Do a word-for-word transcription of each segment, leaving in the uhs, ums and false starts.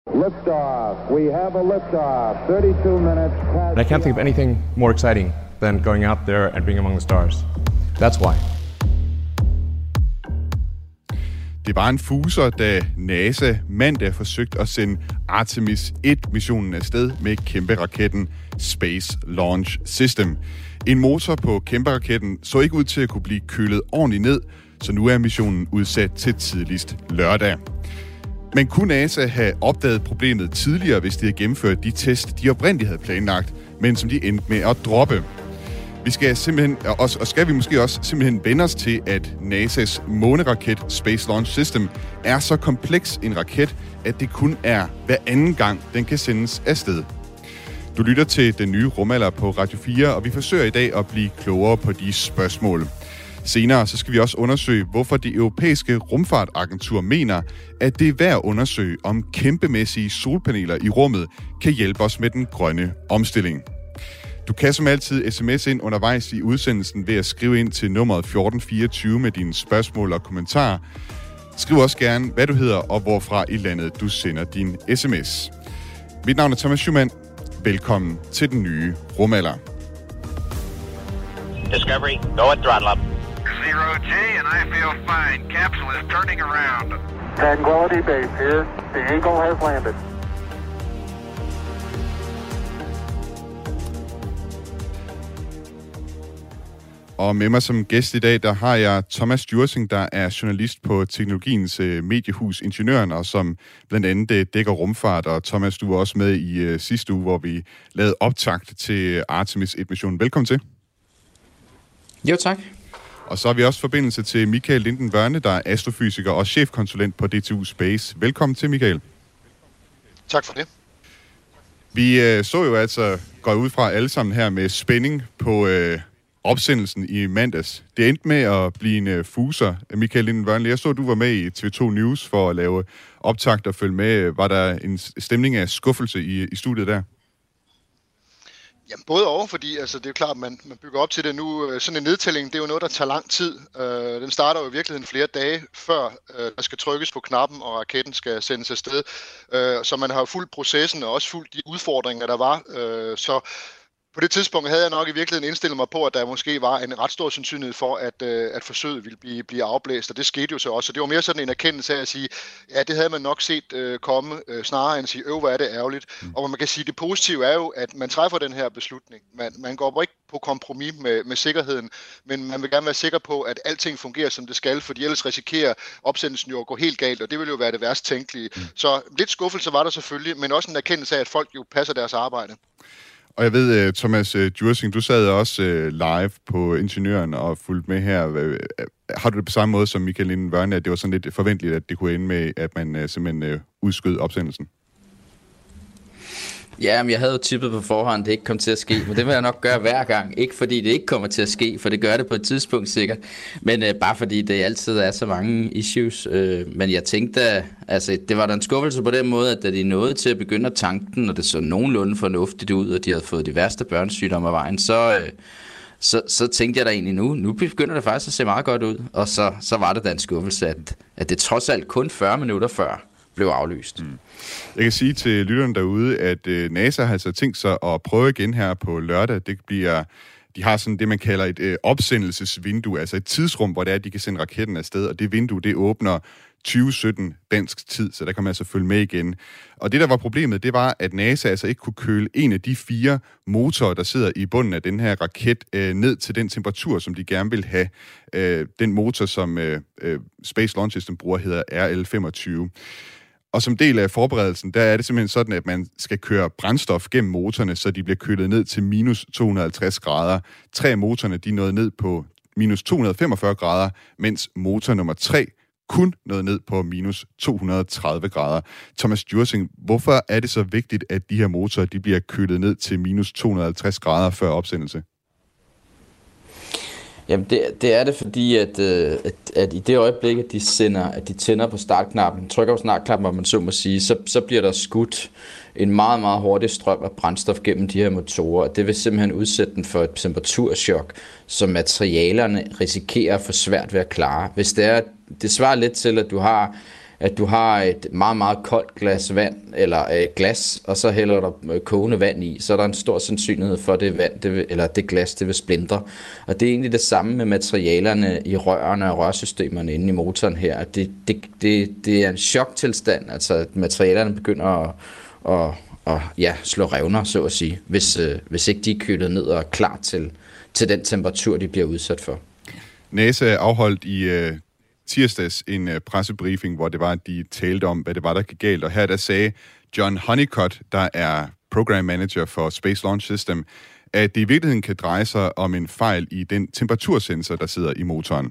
Liftoff. We have a liftoff. thirty-two minutes past. And I can't think of anything more exciting than going out there and being among the stars. That's why. Det var en fuser, da NASA mandag forsøgte at sende Artemis et-missionen afsted med kæmperaketten Space Launch System. En motor på kæmperaketten så ikke ud til at kunne blive kølet ordentligt ned, så nu er missionen udsat til tidligst lørdag. Men kunne NASA have opdaget problemet tidligere, hvis de havde gennemført de test, de oprindeligt havde planlagt, men som de endte med at droppe? Vi skal simpelthen, og skal vi måske også simpelthen vende os til, at NASA's måneraket Space Launch System er så kompleks en raket, at det kun er hver anden gang, den kan sendes afsted. Du lytter til Den Nye Rumalder på Radio fire, og vi forsøger i dag at blive klogere på de spørgsmål. Senere så skal vi også undersøge, hvorfor det europæiske rumfartagentur mener, at det er værd at undersøge, om kæmpemæssige solpaneler i rummet kan hjælpe os med den grønne omstilling. Du kan som altid sms'e ind undervejs i udsendelsen ved at skrive ind til nummeret fjorten fireogtyve med dine spørgsmål og kommentarer. Skriv også gerne, hvad du hedder og hvorfra i landet du sender din sms. Mit navn er Thomas Schumann. Velkommen til Den Nye Rumalder. Discovery, go at throttle up. Zero G, and I feel fine. Capsule is turning around. Tranquility Base here. The Eagle has landed. Og med mig som gæst i dag, der har jeg Thomas Djursing, der er journalist på teknologiens uh, mediehus Ingeniøren, og som blandt andet uh, dækker rumfart. Og Thomas, du var også med i uh, sidste uge, hvor vi lavede optakt til Artemis et-missionen. Velkommen til. Jo, tak. Og så har vi også forbindelse til Michael Linden Wørne, der er astrofysiker og chefkonsulent på D T U Space. Velkommen til, Michael. Tak for det. Vi uh, så jo altså, går ud fra alle sammen her med spænding på uh, opsendelsen i mandags. Det endte med at blive en uh, fuser. Michael Linden Wørne, jeg så, at du var med i T V to News for at lave optakt og følge med. Var der en stemning af skuffelse i, i studiet der? Jamen, både og, fordi altså, det er jo klart, at man, man bygger op til det nu. Sådan en nedtælling, det er jo noget, der tager lang tid. Øh, den starter jo i virkeligheden flere dage, før øh, der skal trykkes på knappen, og raketten skal sendes afsted. Øh, så man har jo fulgt processen, og også fulgt de udfordringer, der var. Øh, så på det tidspunkt havde jeg nok i virkeligheden indstillet mig på, at der måske var en ret stor sandsynlighed for, at, øh, at forsøget ville blive, blive afblæst, og det skete jo så også. Så det var mere sådan en erkendelse af at sige, ja, det havde man nok set øh, komme, øh, snarere end at sige, øv, hvor er det ærgerligt. Mm. Og man kan sige, det positive er jo, at man træffer den her beslutning. Man, man går ikke på kompromis med, med sikkerheden, men man vil gerne være sikker på, at alting fungerer, som det skal, fordi ellers risikerer opsendelsen jo at gå helt galt, og det vil jo være det værst tænkelige. Mm. Så lidt skuffelse var der selvfølgelig, men også en erkendelse af, at folk jo passer deres arbejde. Og jeg ved, Thomas Djursing, du sad også live på Ingeniøren og fulgte med her. Har du det på samme måde som Michael Linden Wørne, at det var sådan lidt forventeligt, at det kunne ende med, at man simpelthen udskød opsendelsen? Ja, men jeg havde jo tippet på forhånd, det ikke kom til at ske, men det vil jeg nok gøre hver gang. Ikke fordi det ikke kommer til at ske, for det gør det på et tidspunkt sikkert, men øh, bare fordi det altid er så mange issues. Øh, men jeg tænkte, altså det var da en skuffelse på den måde, at da de nåede til at begynde at tanke den, og det så nogenlunde fornuftigt ud, og de havde fået de værste børnesygdomme af vejen, så... Øh, Så, så tænkte jeg da egentlig nu, nu begynder det faktisk at se meget godt ud. Og så, så var det da en skuffelse, at, at det trods alt kun fyrre minutter før blev aflyst. Mm. Jeg kan sige til lytterne derude, at øh, NASA har altså tænkt sig at prøve igen her på lørdag. Det bliver, de har sådan det, man kalder et øh, opsendelsesvindue, altså et tidsrum, hvor det er, at de kan sende raketten afsted. Og det vindue, det åbner tyve sytten dansk tid, så der kan man altså følge med igen. Og det, der var problemet, det var, at NASA altså ikke kunne køle en af de fire motorer, der sidder i bunden af den her raket, øh, ned til den temperatur, som de gerne vil have. Øh, den motor, som øh, Space Launch System bruger, hedder R L femogtyve. Og som del af forberedelsen, der er det simpelthen sådan, at man skal køre brændstof gennem motorerne, så de bliver kølet ned til minus to hundrede og halvtreds grader. Tre af motorerne, de nåede ned på minus to hundrede og femogfyrre grader, mens motor nummer tre kun nåede ned på minus to hundrede og tredive grader. Thomas Djursing, hvorfor er det så vigtigt, at de her motorer de bliver kølet ned til minus to hundrede og halvtreds grader før opsendelse? Jamen det, det er det, fordi at, at, at i det øjeblik, at de, sender, at de tænder på startknappen, trykker på startknappen, hvor man så må sige, så, så bliver der skudt en meget, meget hurtig strøm af brændstof gennem de her motorer, og det vil simpelthen udsætte den for et temperaturchok, som materialerne risikerer at få svært ved at klare. Hvis det er, det svarer lidt til, at du har at du har et meget, meget koldt glas vand, eller øh, glas, og så hælder der kogende vand i, så er der en stor sandsynlighed for, at det vand, det vil, eller det glas, det vil splindre. Og det er egentlig det samme med materialerne i rørene og rørsystemerne inde i motoren her. At det, det, det, det er en choktilstand, altså at materialerne begynder at, at, at ja, slå revner, så at sige, hvis, øh, hvis ikke de er kølet ned og er klar til, til den temperatur, de bliver udsat for. NASA afholdt i øh, tirsdags en øh, pressebriefing, hvor det var, at de talte om, hvad det var, der gik galt. Og her der sagde John Honeycutt, der er Program Manager for Space Launch System, at det i virkeligheden kan dreje sig om en fejl i den temperatursensor, der sidder i motoren.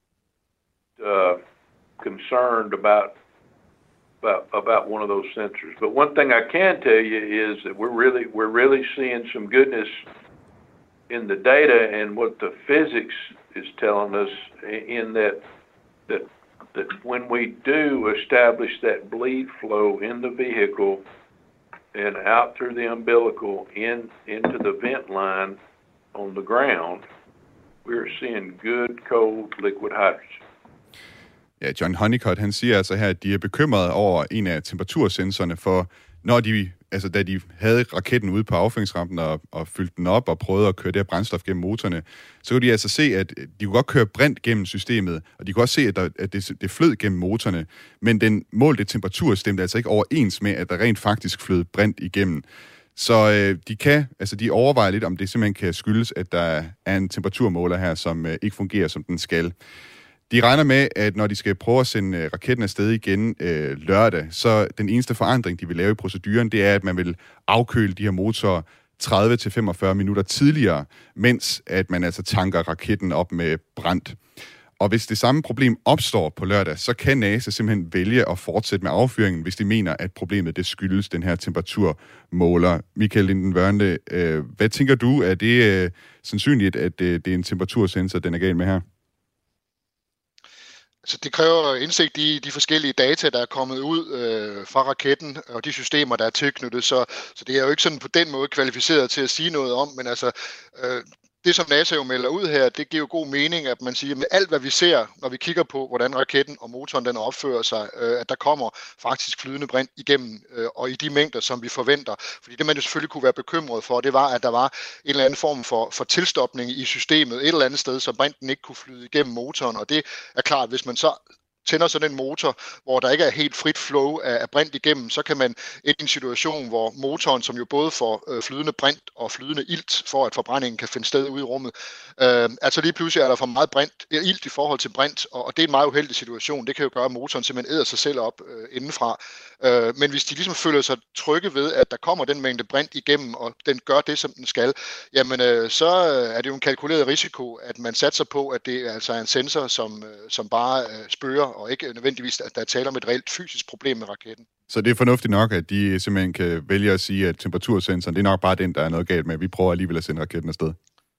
Uh, concerned about, about about one of those sensors. But one thing I can tell you is that we're really we're really seeing some goodness in the data and what the physics is telling us in that that that when we do establish that bleed flow in the vehicle and out through the umbilical in into the vent line on the ground, we're seeing good cold liquid hydrogen. Ja, John Honeycutt, han siger altså her, at de er bekymrede over en af temperatursensorerne, for når de, altså da de havde raketten ude på affyringsrampen og, og fyldte den op og prøvede at køre det her brændstof gennem motorerne, så kunne de altså se, at de kunne godt køre brint gennem systemet, og de kunne også se, at, der, at det, det flød gennem motorerne, men den målte temperatur stemte altså ikke overens med, at der rent faktisk flød brint igennem. Så øh, de kan, altså de overvejer lidt, om det simpelthen kan skyldes, at der er en temperaturmåler her, som øh, ikke fungerer, som den skal. De regner med, at når de skal prøve at sende raketten afsted igen øh, lørdag, så den eneste forandring, de vil lave i proceduren, det er, at man vil afkøle de her motorer tredive til femogfyrre minutter tidligere, mens at man altså tanker raketten op med brint. Og hvis det samme problem opstår på lørdag, så kan NASA simpelthen vælge at fortsætte med affyringen, hvis de mener, at problemet det skyldes den her temperaturmåler. Michael Linden-Wørnle, øh, hvad tænker du, er det øh, sandsynligt, at øh, det er en temperatursensor, den er galt med her? Så det kræver indsigt i de forskellige data, der er kommet ud øh, fra raketten og de systemer, der er tilknyttet. Så, så det er jo ikke sådan på den måde kvalificeret til at sige noget om, men altså øh, det, som NASA jo melder ud her, det giver jo god mening, at man siger, med alt, hvad vi ser, når vi kigger på, hvordan raketten og motoren den opfører sig, øh, at der kommer faktisk flydende brint igennem, øh, og i de mængder, som vi forventer. Fordi det, man jo selvfølgelig kunne være bekymret for, det var, at der var en eller anden form for, for tilstopning i systemet et eller andet sted, så brinten ikke kunne flyde igennem motoren. Og det er klart, hvis man så tænder sådan en motor, hvor der ikke er helt frit flow af, af brint igennem, så kan man i en situation, hvor motoren, som jo både får øh, flydende brint og flydende ilt, for at forbrændingen kan finde sted ude i rummet, øh, altså lige pludselig er der for meget brint, ilt i forhold til brint, og, og det er en meget uheldig situation. Det kan jo gøre, at motoren simpelthen æder sig selv op øh, indenfra. Øh, men hvis de ligesom føler sig trygge ved, at der kommer den mængde brint igennem, og den gør det, som den skal, jamen øh, så er det jo en kalkuleret risiko, at man satser på, at det altså er en sensor, som, øh, som bare øh, spørger, og ikke nødvendigvis, at der taler om et reelt fysisk problem med raketten. Så det er fornuftigt nok, at de simpelthen kan vælge at sige, at temperatursensoren, det er nok bare den, der er noget galt med. Vi prøver alligevel at sende raketten afsted.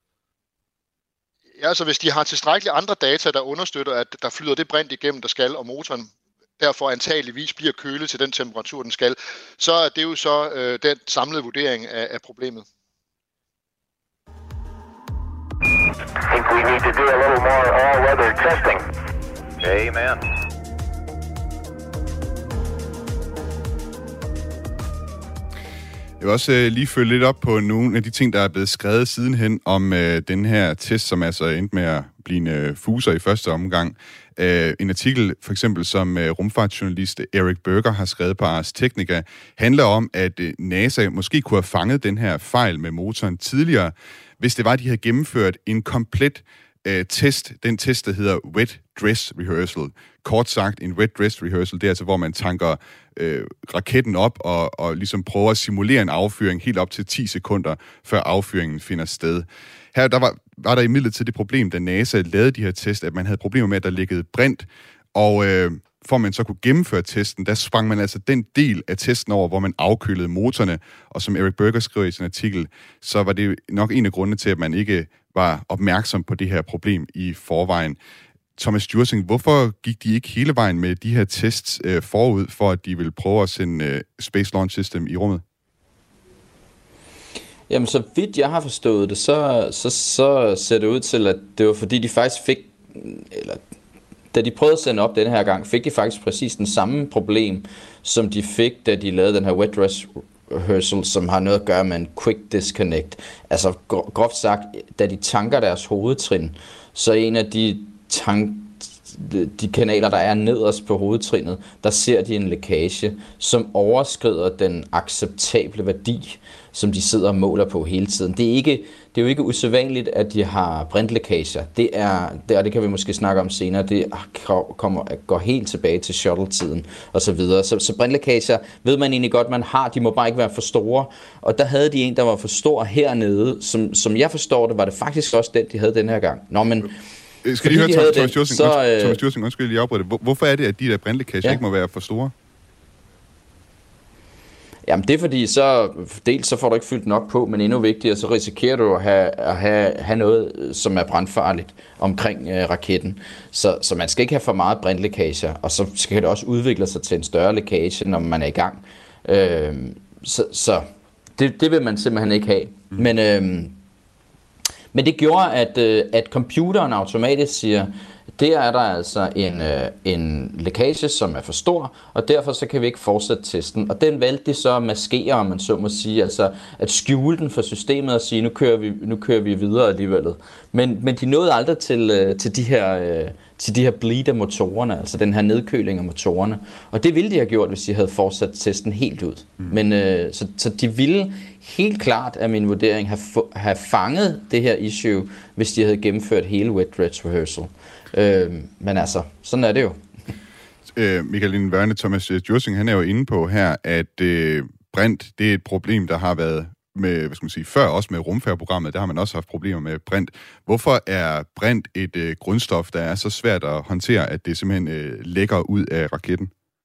Ja, så hvis de har tilstrækkeligt andre data, der understøtter, at der flyder det brint igennem, der skal, og motoren derfor antageligvis bliver kølet til den temperatur, den skal, så er det jo så øh, den samlede vurdering af, af problemet. I think we need to do a little more all-weather testing. Amen. Jeg vil også øh, lige følge lidt op på nogle af de ting, der er blevet skrevet sidenhen om øh, den her test, som altså endte med at blive en øh, fuser i første omgang. Øh, en artikel, for eksempel, som øh, rumfartsjournalist Eric Berger har skrevet på Ars Technica, handler om, at øh, NASA måske kunne have fanget den her fejl med motoren tidligere, hvis det var, at de havde gennemført en komplet øh, test. Den test, der hedder Wet Dress Rehearsal. Kort sagt, en Wet Dress Rehearsal, det er altså, hvor man tanker øh, raketten op og, og ligesom prøver at simulere en affyring helt op til ti sekunder, før affyringen finder sted. Her der var, var der imidlertid det problem, da NASA lavede de her test, at man havde problemer med, at der liggede brint, og øh, for man så kunne gennemføre testen, der sprang man altså den del af testen over, hvor man afkølede motorerne, og som Eric Berger skriver i sin artikel, så var det nok en af grundene til, at man ikke var opmærksom på det her problem i forvejen. Thomas Djursing, hvorfor gik de ikke hele vejen med de her tests øh, forud, for at de ville prøve at sende øh, Space Launch System i rummet? Jamen, så vidt jeg har forstået det, så, så, så ser det ud til, at det var fordi, de faktisk fik, eller da de prøvede at sende op denne her gang, fik de faktisk præcis den samme problem, som de fik, da de lavede den her wet dress rehearsal, som har noget at gøre med en quick disconnect. Altså groft sagt, da de tanker deres hovedtrin, så en af de tank de kanaler, der er nederst på hovedtrinet, der ser de en lækage, som overskrider den acceptable værdi, som de sidder og måler på hele tiden. Det er ikke, det er jo ikke usædvanligt, at de har brintlækager. Det er, det, og det kan vi måske snakke om senere, det kommer, går helt tilbage til shuttle-tiden og så videre. Så, så brintlækager ved man egentlig godt, man har. De må bare ikke være for store. Og der havde de en, der var for stor hernede. Som, som jeg forstår det, var det faktisk også den, de havde den her gang. Nå, men skal lige høre, Thomas, Thomas Djursing, så, øh... Thomas Djursing, undskyld, lige afbryde det. Hvorfor er det, at de der brintlækager ja. ikke må være for store? Jamen det er fordi, så dels så får du ikke fyldt nok på, men endnu vigtigere, så risikerer du at have, at have, have noget, som er brandfarligt omkring øh, raketten. Så, så man skal ikke have for meget brintlækager, og så skal det også udvikle sig til en større lækage, når man er i gang. Øh, så så det, det vil man simpelthen ikke have. Mm. Men... Øh, Men det gjorde, at, at computeren automatisk siger, der er der altså en, en lækage, som er for stor, og derfor så kan vi ikke fortsætte testen. Og den valgte de så at maskere, om man så må sige, altså at skjule den for systemet og sige, nu kører vi, nu kører vi videre alligevel. Men, men de nåede aldrig til, til de her, til de her bleed af motorerne, altså den her nedkøling af motorerne. Og det ville de have gjort, hvis de havde fortsat testen helt ud. Mm. Men øh, så, så de ville helt klart, af min vurdering, have, have fanget det her issue, hvis de havde gennemført hele wet dress rehearsal. Øh, men altså, sådan er det jo. Øh, Michael Lind-Vørne, Thomas Djursing, han er jo inde på her, at øh, brint, det er et problem, der har været med, hvad skal man sige, før også med rumfærdsprogrammet, der har man også haft problemer med brint. Hvorfor er brint et øh, grundstof, der er så svært at håndtere, at det simpelthen øh, lækker ud af raketten?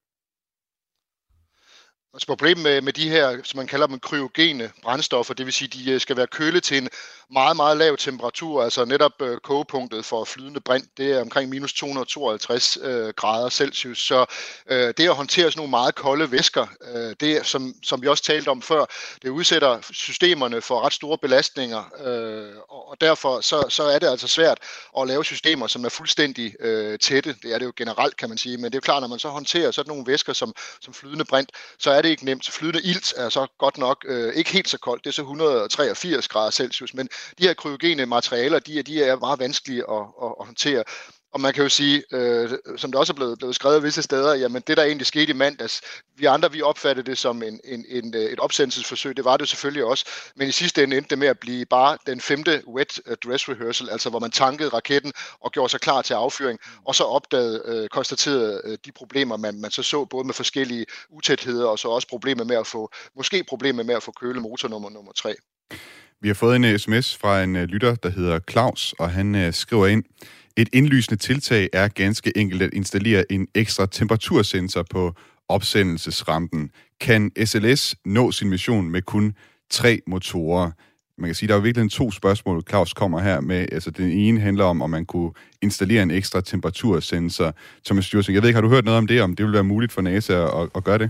Altså problemet med, med de her, som man kalder dem kryogene brændstoffer, det vil sige, de skal være kølet til en meget, meget lav temperatur, altså netop øh, kogepunktet for flydende brint, det er omkring minus to hundrede tooghalvtreds øh, grader Celsius. Så øh, det at håndtere sådan nogle meget kolde væsker, øh, det som, som vi også talte om før, det udsætter systemerne for ret store belastninger, øh, og, og derfor så, så er det altså svært at lave systemer, som er fuldstændig øh, tætte. Det er det jo generelt, kan man sige, men det er klart, når man så håndterer sådan nogle væsker som, som flydende brint, så er det ikke nemt. Flydende ilt er så godt nok øh, ikke helt så koldt, det er så et hundrede og treogfirs grader Celsius, men de her kryogene materialer, de, de er meget vanskelige at, at, at håndtere. Og man kan jo sige, øh, som det også er blevet, blevet skrevet visse steder, jamen det der egentlig skete i mandags, vi andre vi opfattede det som en, en, en, et opsendelsesforsøg, det var det selvfølgelig også, men i sidste ende endte det med at blive bare den femte wet dress rehearsal, altså hvor man tankede raketten og gjorde sig klar til affyring, og så opdagede, øh, konstaterede øh, de problemer, man, man så så, både med forskellige utætheder, og så også problemer med at få, måske problemer med at få køle motor nummer, nummer tre. Vi har fået en sms fra en lytter, der hedder Claus, og han øh, skriver ind: et indlysende tiltag er ganske enkelt at installere en ekstra temperatursensor på opsendelsesrampen. Kan S L S nå sin mission med kun tre motorer? Man kan sige, der er jo virkelig to spørgsmål, Claus kommer her med. Altså, den ene handler om, om man kunne installere en ekstra temperatursensor. Thomas Djursing, jeg ved ikke, har du hørt noget om det, om det vil være muligt for NASA at, at gøre det?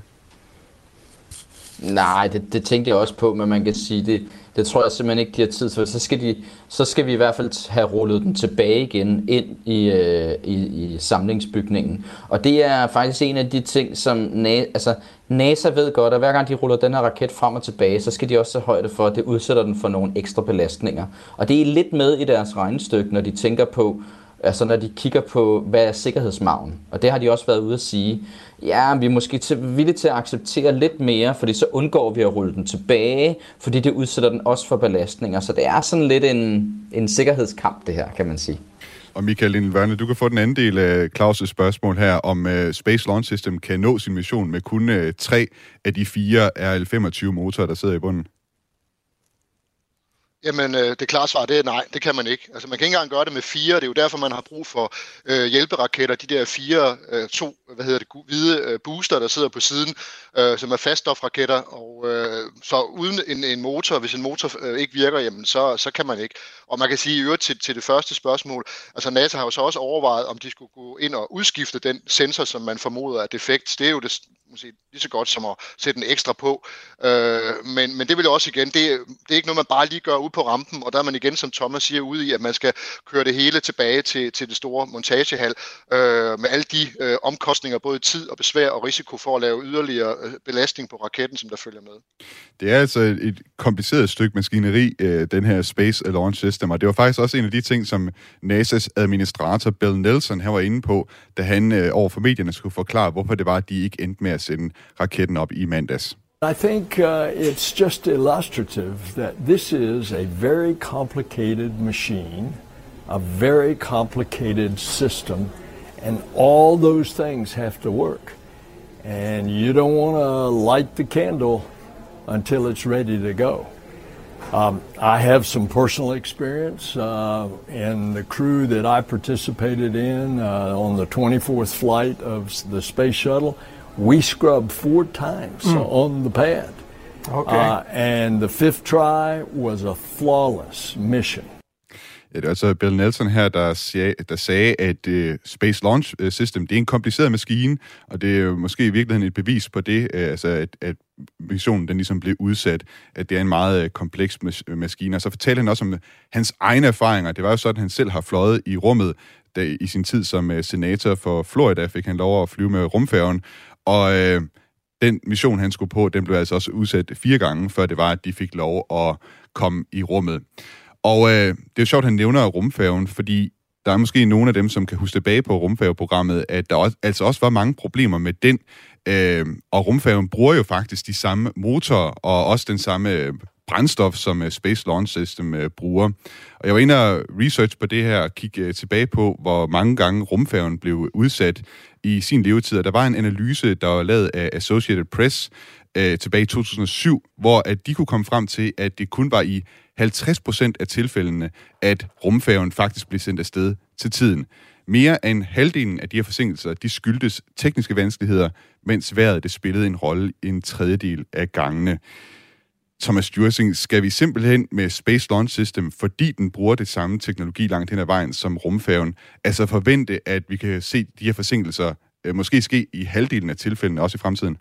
Nej, det, det tænkte jeg også på, men man kan sige, det, det tror jeg simpelthen ikke, de har tid til. Så skal, de, så skal vi i hvert fald have rullet den tilbage igen ind i, øh, i, i samlingsbygningen. Og det er faktisk en af de ting, som Na- altså, NASA ved godt, at hver gang de ruller den her raket frem og tilbage, så skal de også tage højde for, at det udsætter den for nogle ekstra belastninger. Og det er lidt med i deres regnestykke, når de tænker på, altså når de kigger på, hvad er sikkerhedsmargen. Og det har de også været ude at sige, ja, vi er måske til, villige til at acceptere lidt mere, fordi så undgår vi at rulle den tilbage, fordi det udsætter den også for belastninger. Så det er sådan lidt en, en sikkerhedskamp, det her, kan man sige. Og Michael Lind-Vørne, du kan få den anden del af Claus' spørgsmål her, om uh, Space Launch System kan nå sin mission med kun uh, tre af de fire R L femogtyve motorer, der sidder i bunden. Jamen, øh, det klare svar, det er nej, det kan man ikke. Altså, man kan ikke engang gøre det med fire, det er jo derfor, man har brug for øh, hjælperaketter, de der fire, øh, to, hvad hedder det, hvide øh, booster, der sidder på siden, øh, som er faststofraketter, og øh, så uden en, en motor, hvis en motor øh, ikke virker, jamen, så, så kan man ikke. Og man kan sige i øvrigt til, til det første spørgsmål, altså NASA har jo så også overvejet, om de skulle gå ind og udskifte den sensor, som man formoder er defekt. Det er jo det, måske lige så godt som at sætte en ekstra på. Øh, men, men det vil jo også igen, det, det er ikke noget, man bare lige gør ud på rampen, og der er man igen, som Thomas siger, ude i, at man skal køre det hele tilbage til, til det store montagehal, øh, med alle de øh, omkostninger, både tid og besvær og risiko for at lave yderligere øh, belastning på raketten, som der følger med. Det er altså et, et kompliceret stykke maskineri, øh, den her Space Launch System, og det var faktisk også en af de ting, som N A S A's administrator Bill Nelson her var inde på, da han øh, over for medierne skulle forklare, hvorfor det var, at de ikke endte med at sende raketten op i mandags. I think uh, it's just illustrative that this is a very complicated machine, a very complicated system, and all those things have to work. And you don't want to light the candle until it's ready to go. Um, I have some personal experience uh, in the crew that I participated in uh, on the twenty-fourth flight of the space shuttle. We scrubbed four times mm. on the pad. Okay. Uh, and the fifth try was a flawless mission. Ja, det er altså Bill Nelson her, der, siger, der sagde, at uh, Space Launch System, det er en kompliceret maskine, og det er måske i virkeligheden et bevis på det, uh, altså at, at missionen den ligesom blev udsat, at det er en meget uh, kompleks mas- maskine. Og så fortalte han også om uh, hans egne erfaringer. Det var jo sådan, at han selv har fløjet i rummet, da, i sin tid som uh, senator for Florida, fik han lov at flyve med rumfærgen. Og øh, den mission, han skulle på, den blev altså også udsat fire gange, før det var, at de fik lov at komme i rummet. Og øh, det er jo sjovt, at han nævner rumfærgen, fordi der er måske nogle af dem, som kan huske tilbage på rumfærgeprogrammet, at der også, altså også var mange problemer med den. Øh, og rumfærgen bruger jo faktisk de samme motorer, og også den samme brændstof, som uh, Space Launch System uh, bruger. Og jeg var inde og research på det her, og kigge uh, tilbage på, hvor mange gange rumfærgen blev udsat i sin levetid. Og der var en analyse, der var lavet af Associated Press uh, tilbage i to tusind og syv, hvor at de kunne komme frem til, at det kun var i halvtreds procent af tilfældene, at rumfærgen faktisk blev sendt afsted til tiden. Mere end halvdelen af de her forsinkelser, de skyldtes tekniske vanskeligheder, mens vejret det spillede en rolle i en tredjedel af gangene. Thomas Djursing, skal vi simpelthen med Space Launch System, fordi den bruger det samme teknologi langt hen ad vejen som rumfærgen, altså forvente, at vi kan se de her forsinkelser øh, måske ske i halvdelen af tilfældene, også i fremtiden?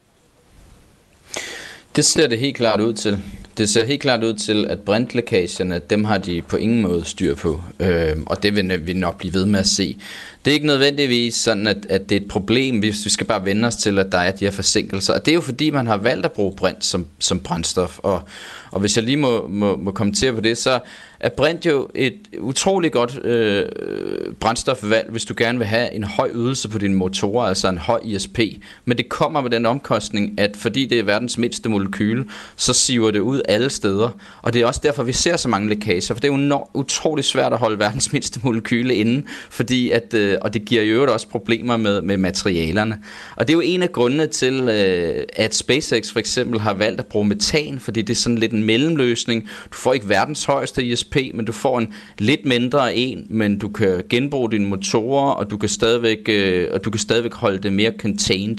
Det ser det helt klart ud til. Det ser helt klart ud til, at brintlækagerne, dem har de på ingen måde styr på, øh, og det vil vi nok blive ved med at se. Det er ikke nødvendigvis sådan, at, at det er et problem, hvis vi skal bare vende os til, at der er de her forsinkelser. Og det er jo fordi, man har valgt at bruge brint som, som brændstof. Og, og hvis jeg lige må, må, må kommentere på det, så er brint jo et utroligt godt øh, brændstofvalg, hvis du gerne vil have en høj ydelse på dine motorer, altså en høj I S P. Men det kommer med den omkostning, at fordi det er verdens mindste molekyle, så siver det ud alle steder. Og det er også derfor, vi ser så mange lækager, for det er jo utroligt svært at holde verdens mindste molekyle inde, fordi at, øh, og det giver jo også problemer med, med materialerne. Og det er jo en af grundene til, øh, at SpaceX for eksempel har valgt at bruge metan, fordi det er sådan lidt en mellemløsning. Du får ikke verdens højeste I S P, men du får en lidt mindre en, men du kan genbruge dine motorer, og du kan stadigvæk, øh, og du kan stadigvæk holde det mere contained.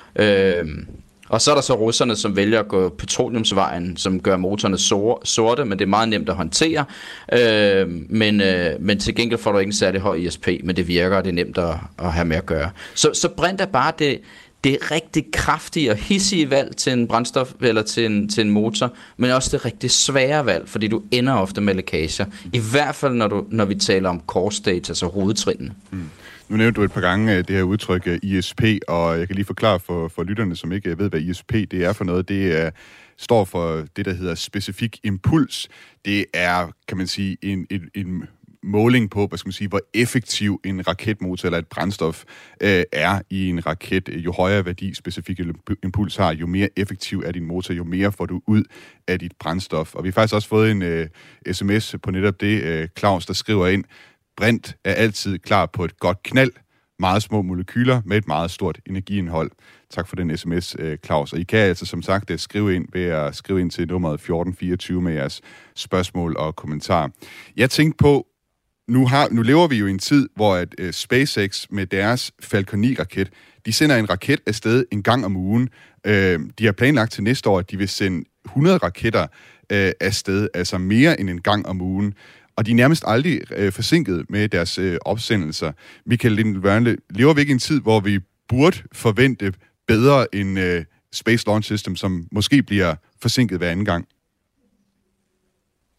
Øh, Og så er der så russerne, som vælger at gå petroleumsvejen, som gør motorerne sorte, men det er meget nemt at håndtere. Øh, men, øh, men til gengæld får du ikke en særlig høj I S P, men det virker, og det er nemt at, at have med at gøre. Så, så brint er bare det, det er rigtig kraftige og hissige valg til en brændstof eller til en, til en motor, men også det rigtig svære valg, fordi du ender ofte med lækager. I hvert fald, når, du, når vi taler om core stage, altså hovedtrinene. Mm. Nu nævnte du et par gange det her udtryk I S P, og jeg kan lige forklare for, for lytterne, som ikke ved, hvad I S P det er for noget. Det er, står for det, der hedder specifik impuls. Det er, kan man sige, en, en, en måling på, hvad skal man sige, hvor effektiv en raketmotor eller et brændstof øh, er i en raket. Jo højere værdi specifik impuls har, jo mere effektiv er din motor, jo mere får du ud af dit brændstof. Og vi har faktisk også fået en øh, sms på netop det, øh, Claus, der skriver ind: brint er altid klar på et godt knald. Meget små molekyler med et meget stort energiindhold. Tak for den sms, Claus. Og I kan altså som sagt skrive ind ved at skrive ind til nummeret fjorten fireogtyve med jeres spørgsmål og kommentarer. Jeg tænkte på, nu, har, nu lever vi jo i en tid, hvor at, uh, SpaceX med deres Falcon ni-raket, de sender en raket afsted en gang om ugen. Uh, de har planlagt til næste år, at de vil sende hundrede raketter uh, afsted, altså mere end en gang om ugen. Og de er nærmest aldrig øh, forsinket med deres øh, opsendelser. Michael Lindvørnle, lever vi ikke i en tid, hvor vi burde forvente bedre end øh, Space Launch System, som måske bliver forsinket hver anden gang?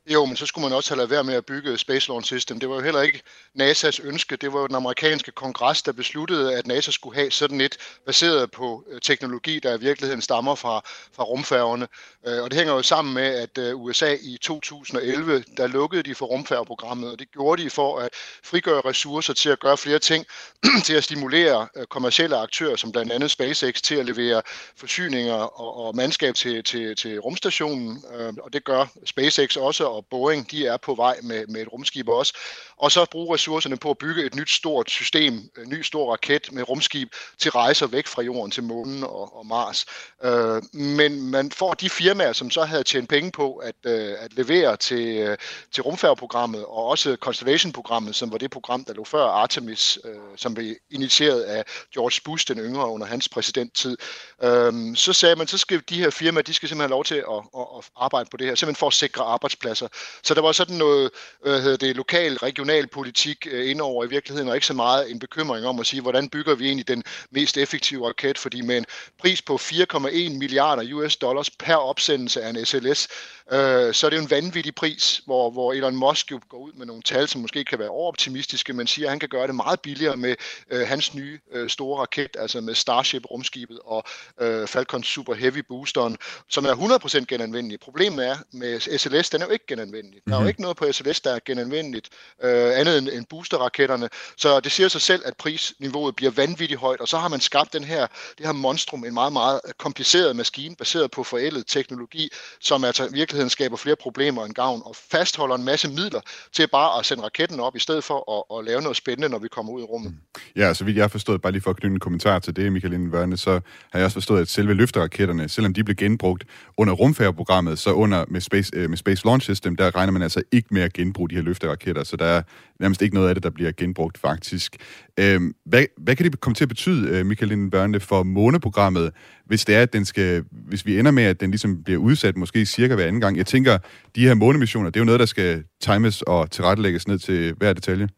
Jo, men så skulle man også have ladet være med at bygge Space Launch System. Det var jo heller ikke NASAs ønske. Det var jo den amerikanske kongres, der besluttede, at NASA skulle have sådan et baseret på teknologi, der i virkeligheden stammer fra, fra rumfærgerne. Og det hænger jo sammen med, at U S A i to tusind og elleve, der lukkede de for rumfærgeprogrammet, og det gjorde de for at frigøre ressourcer til at gøre flere ting, til at stimulere kommercielle aktører, som blandt andet SpaceX, til at levere forsyninger og, og mandskab til, til, til rumstationen. Og det gør SpaceX også, og Boeing, de er på vej med, med et rumskib også. Og så bruge ressourcerne på at bygge et nyt stort system, en ny stor raket med rumskib til rejser væk fra jorden til månen og, og Mars. Øh, men man får de firmaer, som så havde tjent penge på at, øh, at levere til, øh, til rumfærgeprogrammet, og også Constellation-programmet, som var det program, der lå før Artemis, øh, som blev initieret af George Bush, den yngre, under hans præsidenttid. Øh, så sagde man, så skal de her firmaer, de skal simpelthen have lov til at, at, at arbejde på det her, simpelthen for at sikre arbejdspladser. Så der var sådan noget, hvad hedder det, lokal, regional politik øh, indover i virkeligheden, og ikke så meget en bekymring om at sige, hvordan bygger vi egentlig den mest effektive raket, fordi med en pris på fire komma en milliarder U S dollars per opsendelse af en S L S, øh, så er det jo en vanvittig pris, hvor, hvor Elon Musk jo går ud med nogle tal, som måske kan være overoptimistiske, men siger, at han kan gøre det meget billigere med øh, hans nye øh, store raket, altså med Starship-rumskibet og øh, Falcon Super Heavy boosteren, som er hundrede procent genanvendelig. Problemet er med S L S, den er jo ikke genanvendelig. Der er jo ikke noget på S L S, der er genanvendeligt, øh, andet end, end boosterraketterne. Så det siger sig selv, at prisniveauet bliver vanvittigt højt, og så har man skabt den her, det her monstrum, en meget, meget kompliceret maskine, baseret på forældet teknologi, som altså i virkeligheden skaber flere problemer end gavn, og fastholder en masse midler til bare at sende raketten op, i stedet for at, at lave noget spændende, når vi kommer ud i rummet. Ja, så vidt jeg har forstået, bare lige for at knytte en kommentar til det, Michael Linden-Vørne, så har jeg også forstået, at selve løfteraketterne, selvom de blev genbrugt under rumfærgeprogrammet, så under med Space, øh, med Space Launch System, der regner man altså ikke med at genbruge de her løfteraketter, så der er nærmest ikke noget af det, der bliver genbrugt faktisk. Øhm, hvad, hvad kan det komme til at betyde, Michael Linden-Vørne, for måneprogrammet, hvis det er, at den skal, hvis vi ender med, at den ligesom bliver udsat måske cirka hver anden gang? Jeg tænker, de her månemissioner, det er jo noget, der skal times og tilrettelægges ned til hver detalje.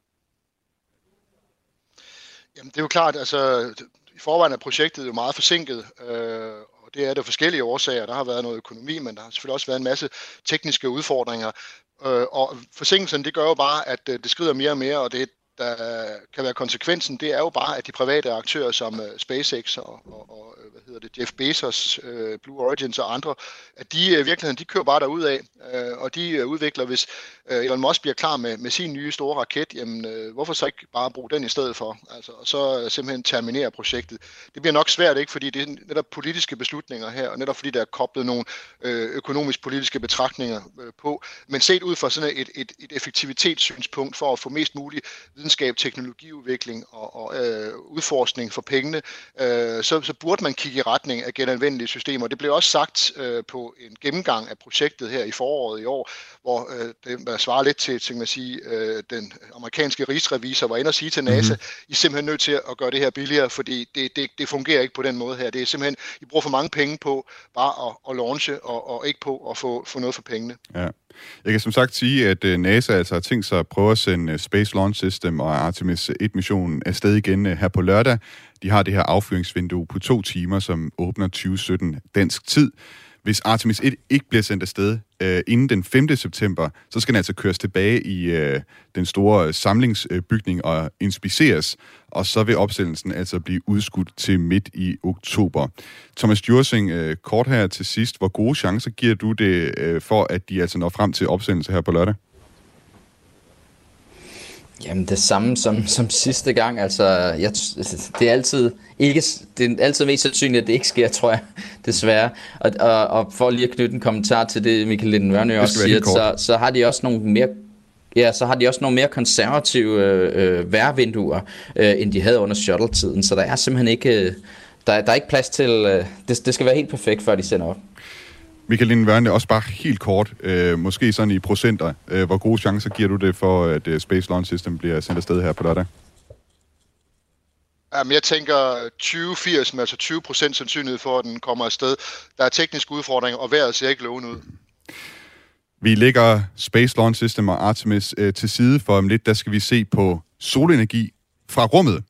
Jamen, det er jo klart, altså i forvejen er projektet jo meget forsinket, øh, og det er der forskellige årsager. Der har været noget økonomi, men der har selvfølgelig også været en masse tekniske udfordringer. Øh, og forsinkelsen, det gør jo bare, at det skrider mere og mere, og det, der kan være konsekvensen, det er jo bare, at de private aktører som uh, SpaceX og, og, og hvad hedder det, Jeff Bezos, uh, Blue Origins og andre, at de i uh, virkeligheden, de kører bare derudad, uh, og de uh, udvikler, hvis uh, Elon Musk bliver klar med, med sin nye store raket, jamen uh, hvorfor så ikke bare bruge den i stedet for, altså, og så uh, simpelthen terminere projektet. Det bliver nok svært, ikke, fordi det er netop politiske beslutninger her, og netop fordi der er koblet nogle uh, økonomisk-politiske betragtninger uh, på, men set ud fra sådan et, et, et effektivitetssynspunkt for at få mest muligt videnskab, teknologiudvikling og, og øh, udforskning for pengene, øh, så, så burde man kigge i retning af genanvendelige systemer. Det blev også sagt øh, på en gennemgang af projektet her i foråret i år, hvor øh, det der svarer lidt til, til man sige, øh, den amerikanske rigsrevisor var inde og sige til NASA, mm-hmm. I er simpelthen nødt til at gøre det her billigere, fordi det, det, det fungerer ikke på den måde her. Det er simpelthen, I bruger for mange penge på bare at, at launche, og, og ikke på at få, få noget for pengene. Ja. Jeg kan som sagt sige, at NASA altså har tænkt sig at prøve at sende Space Launch System og Artemis et-missionen afsted igen her på lørdag. De har det her affyringsvindue på to timer, som åbner tyve sytten dansk tid. Hvis Artemis et ikke bliver sendt afsted øh, inden den femte september, så skal den altså køres tilbage i øh, den store samlingsbygning og inspiceres, og så vil opsendelsen altså blive udskudt til midt i oktober. Thomas Djursing, øh, kort her til sidst, hvor gode chancer giver du det øh, for, at de altså når frem til opsendelse her på lørdag? Jamen det samme som, som sidste gang, altså jeg, det er altid ikke, det er altid mest sandsynligt, at det ikke sker, tror jeg, desværre. Og, og, og for lige at knytte en kommentar til det, Michael Linden-Vørne også siger, så, så har de også nogle mere Ja, så har de også nogle mere konservative øh, vejrvinduer, øh, end de havde under shuttle-tiden, så der er simpelthen ikke, øh, der, der er ikke plads til, øh, det, det skal være helt perfekt, før de sender op. Michael Linden-Vørne, også bare helt kort, øh, måske sådan i procenter, øh, hvor gode chancer giver du det for, at uh, Space Launch System bliver sendt afsted her på lørdag? Jamen, jeg tænker tyve firs, altså tyve procent sandsynlighed for, at den kommer afsted. Der er tekniske udfordringer, og vejret ser ikke lovende ud. Vi lægger Space Launch System og Artemis øh, til side, for om lidt, der skal vi se på solenergi fra rummet.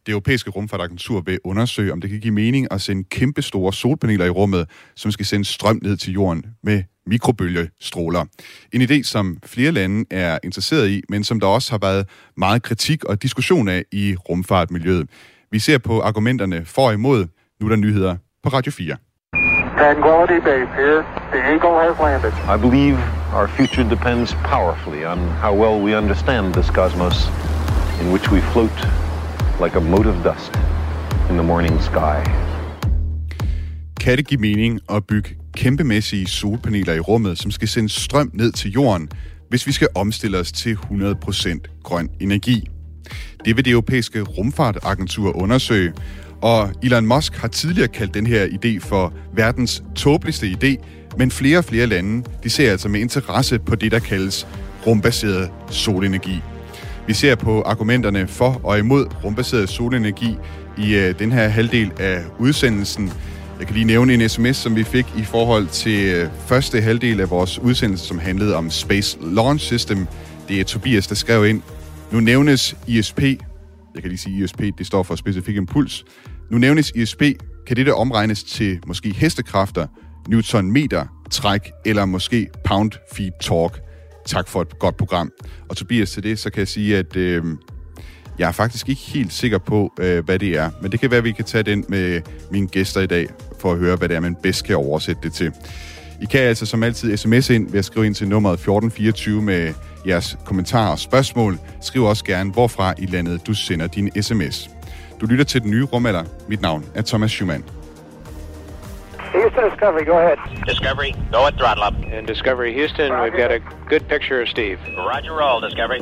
Det europæiske rumfartagentur vil undersøge, om det kan give mening at sende kæmpe store solpaneler i rummet, som skal sende strøm ned til jorden med mikrobølgestråler. En idé, som flere lande er interesseret i, men som der også har været meget kritik og diskussion af i rumfartmiljøet. Vi ser på argumenterne for og imod. Nu er der nyheder på Radio fire. Tranquility Base here. The Eagle has landed. I believe our future depends powerfully on how well we understand this cosmos in which we float like a mote of dust in the morning sky. Kan det give mening at bygge kæmpemæssige solpaneler i rummet, som skal sende strøm ned til jorden, hvis vi skal omstille os til hundrede procent grøn energi? Det vil det europæiske rumfartagentur undersøge, og Elon Musk har tidligere kaldt den her idé for verdens tåbeligste idé, men flere og flere lande, de ser altså med interesse på det, der kaldes rumbaseret solenergi. Vi ser på argumenterne for og imod rumbaseret solenergi i uh, den her halvdel af udsendelsen. Jeg kan lige nævne en sms, som vi fik i forhold til uh, første halvdel af vores udsendelse, som handlede om Space Launch System. Det er Tobias, der skrev ind. Nu nævnes I S P. Jeg kan lige sige I S P, det står for specifik impuls. Nu nævnes I S P. Kan det der omregnes til måske hestekræfter, newtonmeter, træk eller måske pound feet torque? Tak for et godt program. Og Tobias, til det, så kan jeg sige, at øh, jeg er faktisk ikke helt sikker på, øh, hvad det er. Men det kan være, at vi kan tage den med mine gæster i dag, for at høre, hvad det er, man bedst kan oversætte det til. I kan altså som altid sms ind ved at skrive ind til nummeret fjorten fireogtyve med jeres kommentarer og spørgsmål. Skriv også gerne, hvorfra i landet du sender din sms. Du lytter til Den Nye Rumalder. Mit navn er Thomas Schumann. Houston Discovery, go ahead. Discovery, go at throttle up. In Discovery Houston, we've got a good picture of Steve. Roger roll, Discovery.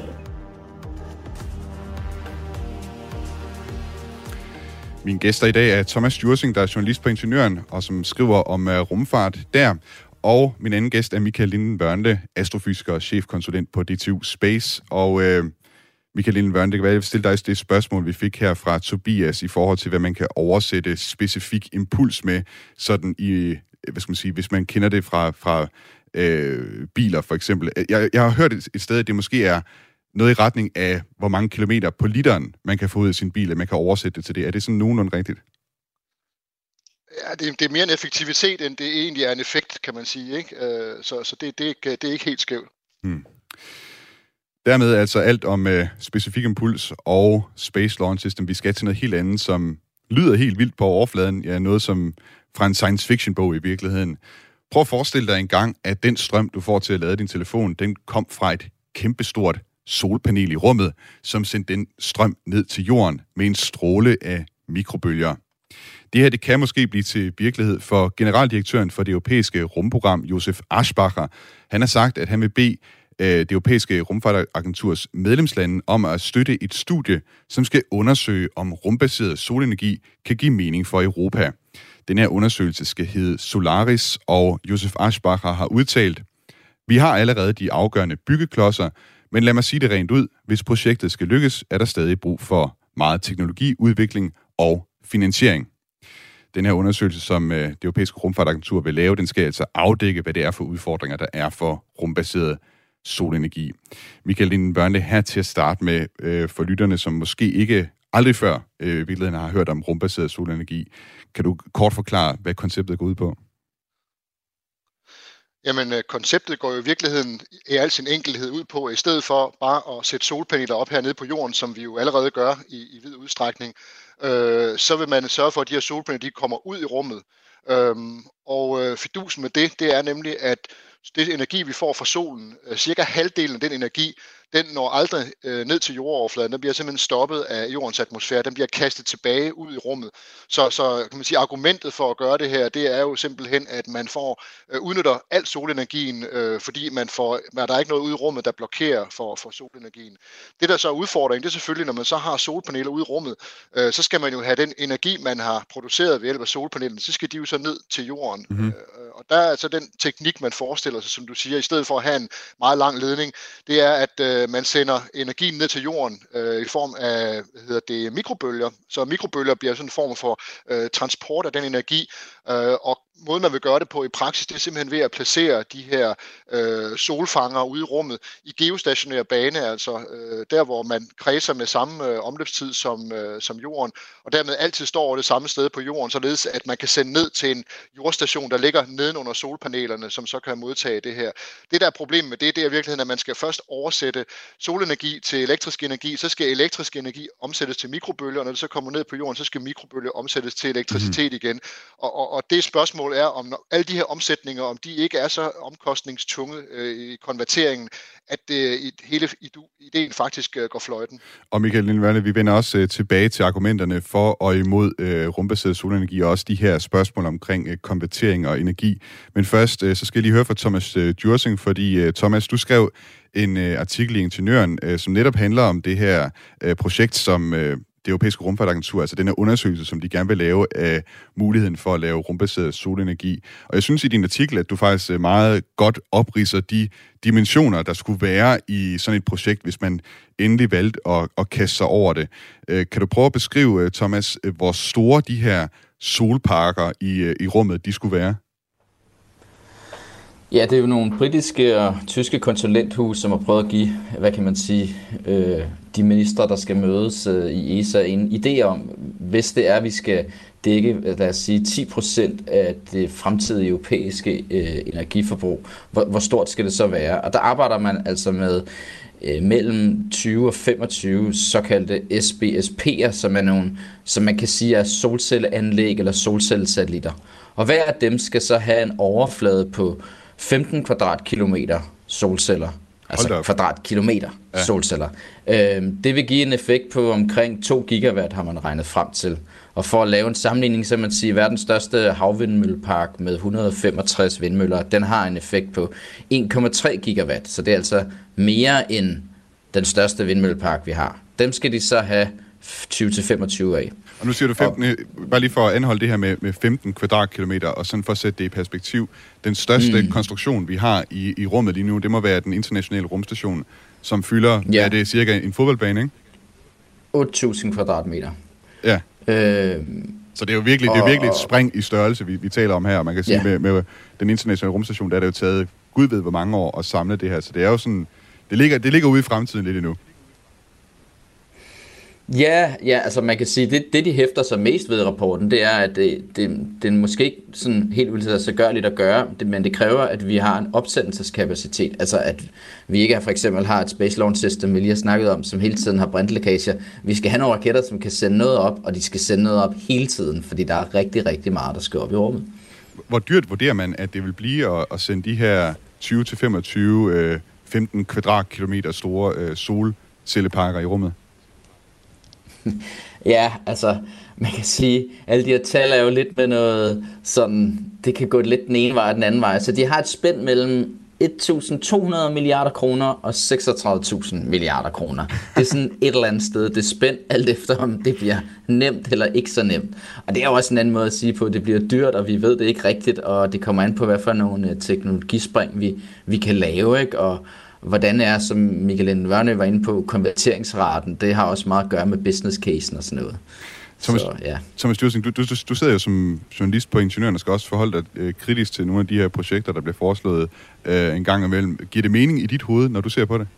Mine gæster i dag er Thomas Djursing, der er journalist på Ingeniøren, og som skriver om uh, rumfart der. Og min anden gæst er Michael Linden-Wørnle, astrofysiker og chefkonsulent på D T U Space. Og uh, Michael Linden-Wørnle, det kan være, jeg vil stille dig det spørgsmål, vi fik her fra Tobias, i forhold til, hvad man kan oversætte specifik impuls med, sådan i, hvad skal man sige, hvis man kender det fra, fra øh, biler for eksempel. Jeg, jeg har hørt et, et sted, at det måske er noget i retning af, hvor mange kilometer på literen man kan få ud af sin bil, at man kan oversætte det til det. Er det sådan nogenlunde rigtigt? Ja, det, det er mere en effektivitet, end det egentlig er en effekt, kan man sige, ikke? Så, så det, det, er ikke, det er ikke helt skævt. Hmm. Dermed altså alt om uh, specifik impuls og Space Launch System. Vi skal til noget helt andet, som lyder helt vildt på overfladen. Ja, noget som fra en science fiction bog i virkeligheden. Prøv at forestille dig en gang, at den strøm, du får til at lade din telefon, den kom fra et kæmpestort solpanel i rummet, som sendte den strøm ned til jorden med en stråle af mikrobølger. Det her, det kan måske blive til virkelighed for generaldirektøren for det europæiske rumprogram, Josef Aschbacher. Han har sagt, at han vil bede det europæiske rumfartagenturs medlemslande om at støtte et studie, som skal undersøge, om rumbaseret solenergi kan give mening for Europa. Den her undersøgelse skal hedde Solaris, og Josef Aschbacher har udtalt: "Vi har allerede de afgørende byggeklodser, men lad mig sige det rent ud. Hvis projektet skal lykkes, er der stadig brug for meget teknologiudvikling og finansiering." Den her undersøgelse, som øh, det europæiske rumfartagentur vil lave, den skal altså afdække, hvad det er for udfordringer, der er for rumbaseret solenergi. Michael Linden-Wørnle, her til at starte med, øh, for lytterne, som måske ikke aldrig før øh, i virkeligheden har hørt om rumbaseret solenergi. Kan du kort forklare, hvad konceptet går ud på? Jamen, konceptet går jo i virkeligheden i al sin enkelhed ud på, i stedet for bare at sætte solpaneler op hernede på jorden, som vi jo allerede gør i, i vid udstrækning, øh, så vil man sørge for, at de her solpaneler de kommer ud i rummet. Øhm, og øh, fidusen med det, det er nemlig, at det energi, vi får fra solen, øh, cirka halvdelen af den energi, den når aldrig øh, ned til jordoverfladen. Den bliver simpelthen stoppet af jordens atmosfære. Den bliver kastet tilbage ud i rummet. Så, så kan man sige, argumentet for at gøre det her, det er jo simpelthen, at man får øh, udnytter al solenergien, øh, fordi man får, der er ikke noget ude i rummet, der blokerer for, for solenergien. Det, der så er udfordringen, det er selvfølgelig, når man så har solpaneler ude i rummet, øh, så skal man jo have den energi, man har produceret ved hjælp af solpanelen, så skal de jo så ned til jorden. Mm-hmm. Øh, og der er altså den teknik, man forestiller sig, som du siger, i stedet for at have en meget lang ledning, det er, at øh, man sender energien ned til jorden øh, i form af, hvad hedder det, mikrobølger. Så mikrobølger bliver sådan en form for øh, transport af den energi, øh, og måden, man vil gøre det på i praksis, det er simpelthen ved at placere de her øh, solfanger ude i rummet i geostationær bane, altså øh, der, hvor man kredser med samme øh, omløbstid som, øh, som jorden, og dermed altid står over det samme sted på jorden, således at man kan sende ned til en jordstation, der ligger nedenunder solpanelerne, som så kan modtage det her. Det, der er problemet med det, det er i virkeligheden, at man skal først oversætte solenergi til elektrisk energi, så skal elektrisk energi omsættes til mikrobølger, og når det så kommer ned på jorden, så skal mikrobølger omsættes til elektricitet mm. igen. Og, og, og det spørgsmål er, om når alle de her omsætninger, om de ikke er så omkostningstunge øh, i konverteringen, at øh, hele ideen faktisk øh, går fløjten. Og Michael Lindværne, vi vender også øh, tilbage til argumenterne for og imod øh, rumbaseret solenergi, og også de her spørgsmål omkring øh, konvertering og energi. Men først, øh, så skal jeg lige høre fra Thomas øh, Djursing, fordi øh, Thomas, du skrev en øh, artikel i Ingeniøren, øh, som netop handler om det her øh, projekt, som øh, det europæiske rumfartagentur, altså den her undersøgelse, som de gerne vil lave af muligheden for at lave rumbaseret solenergi. Og jeg synes i din artikel, at du faktisk meget godt opridser de dimensioner, der skulle være i sådan et projekt, hvis man endelig valgte at, at kaste sig over det. Kan du prøve at beskrive, Thomas, hvor store de her solparker i, i rummet, de skulle være? Ja, det er jo nogle britiske og tyske konsulenthus, som har prøvet at give, hvad kan man sige, øh, de ministre, der skal mødes øh, i E S A, en idé om, hvis det er, at vi skal dække, lad os sige, ti procent af det fremtidige europæiske øh, energiforbrug, hvor, hvor stort skal det så være? Og der arbejder man altså med øh, mellem tyve og femogtyve såkaldte S B S P'er, som er nogle, som man kan sige er solcelleanlæg eller solcellesatellitter. Og hver af dem skal så have en overflade på femten kvadratkilometer solceller, altså kvadratkilometer ja. solceller. Øhm, det vil give en effekt på omkring to gigawatt, har man regnet frem til. Og for at lave en sammenligning, så kan man sige, at verdens største havvindmøllepark med et hundrede og femogtres vindmøller, den har en effekt på en komma tre gigawatt. Så det er altså mere end den største vindmøllepark, vi har. Dem skal de så have tyve til femogtyve af. Og nu siger du femten, og, bare lige for at anholde det her med, med femten kvadratkilometer, og sådan for at sætte det i perspektiv. Den største mm. konstruktion, vi har i, i rummet lige nu, det må være den internationale rumstation, som fylder, ja. er det cirka en fodboldbane, ikke? otte tusind kvadratmeter. Ja. Øh, Så det er jo virkelig, og, det er virkelig et spring i størrelse, vi, vi taler om her. Man kan sige, ja. med, med den internationale rumstation, der er det jo taget, Gud ved hvor mange år, at samle det her. Så det er jo sådan, det ligger, det ligger ude i fremtiden lidt endnu. Ja, ja, altså man kan sige, det, det de hæfter sig mest ved rapporten, det er, at det, det, det er måske ikke sådan helt vildt så gørligt at gøre, det, men det kræver, at vi har en opsendelseskapacitet, altså at vi ikke for eksempel har et Space Launch System, vi lige har snakket om, som hele tiden har brintlækager. Vi skal have nogle raketter, som kan sende noget op, og de skal sende noget op hele tiden, fordi der er rigtig, rigtig meget, der skal op i rummet. Hvor dyrt vurderer man, at det vil blive at, at sende de her tyve til femogtyve, øh, femten kvadratkilometer store øh, solcelleparker i rummet? Ja, altså, man kan sige, alle de her tal er jo lidt med noget sådan, det kan gå lidt den ene vej og den anden vej. Så de har et spænd mellem et tusind to hundrede milliarder kroner og seksogtredive tusind milliarder kroner. Det er sådan et eller andet sted, det er spændt alt efter, om det bliver nemt eller ikke så nemt. Og det er jo også en anden måde at sige på, at det bliver dyrt, og vi ved det ikke rigtigt, og det kommer an på, hvad for nogle teknologispring vi, vi kan lave, ikke? Og hvordan er, som Michael Lindværne var inde på, konverteringsraten, det har også meget at gøre med business casen og sådan noget. Thomas, så, ja. Thomas Djursing, du, du, du sidder jo som journalist på Ingeniøren og skal også forholde dig øh, kritisk til nogle af de her projekter, der bliver foreslået øh, en gang imellem. Giver det mening i dit hoved, når du ser på det?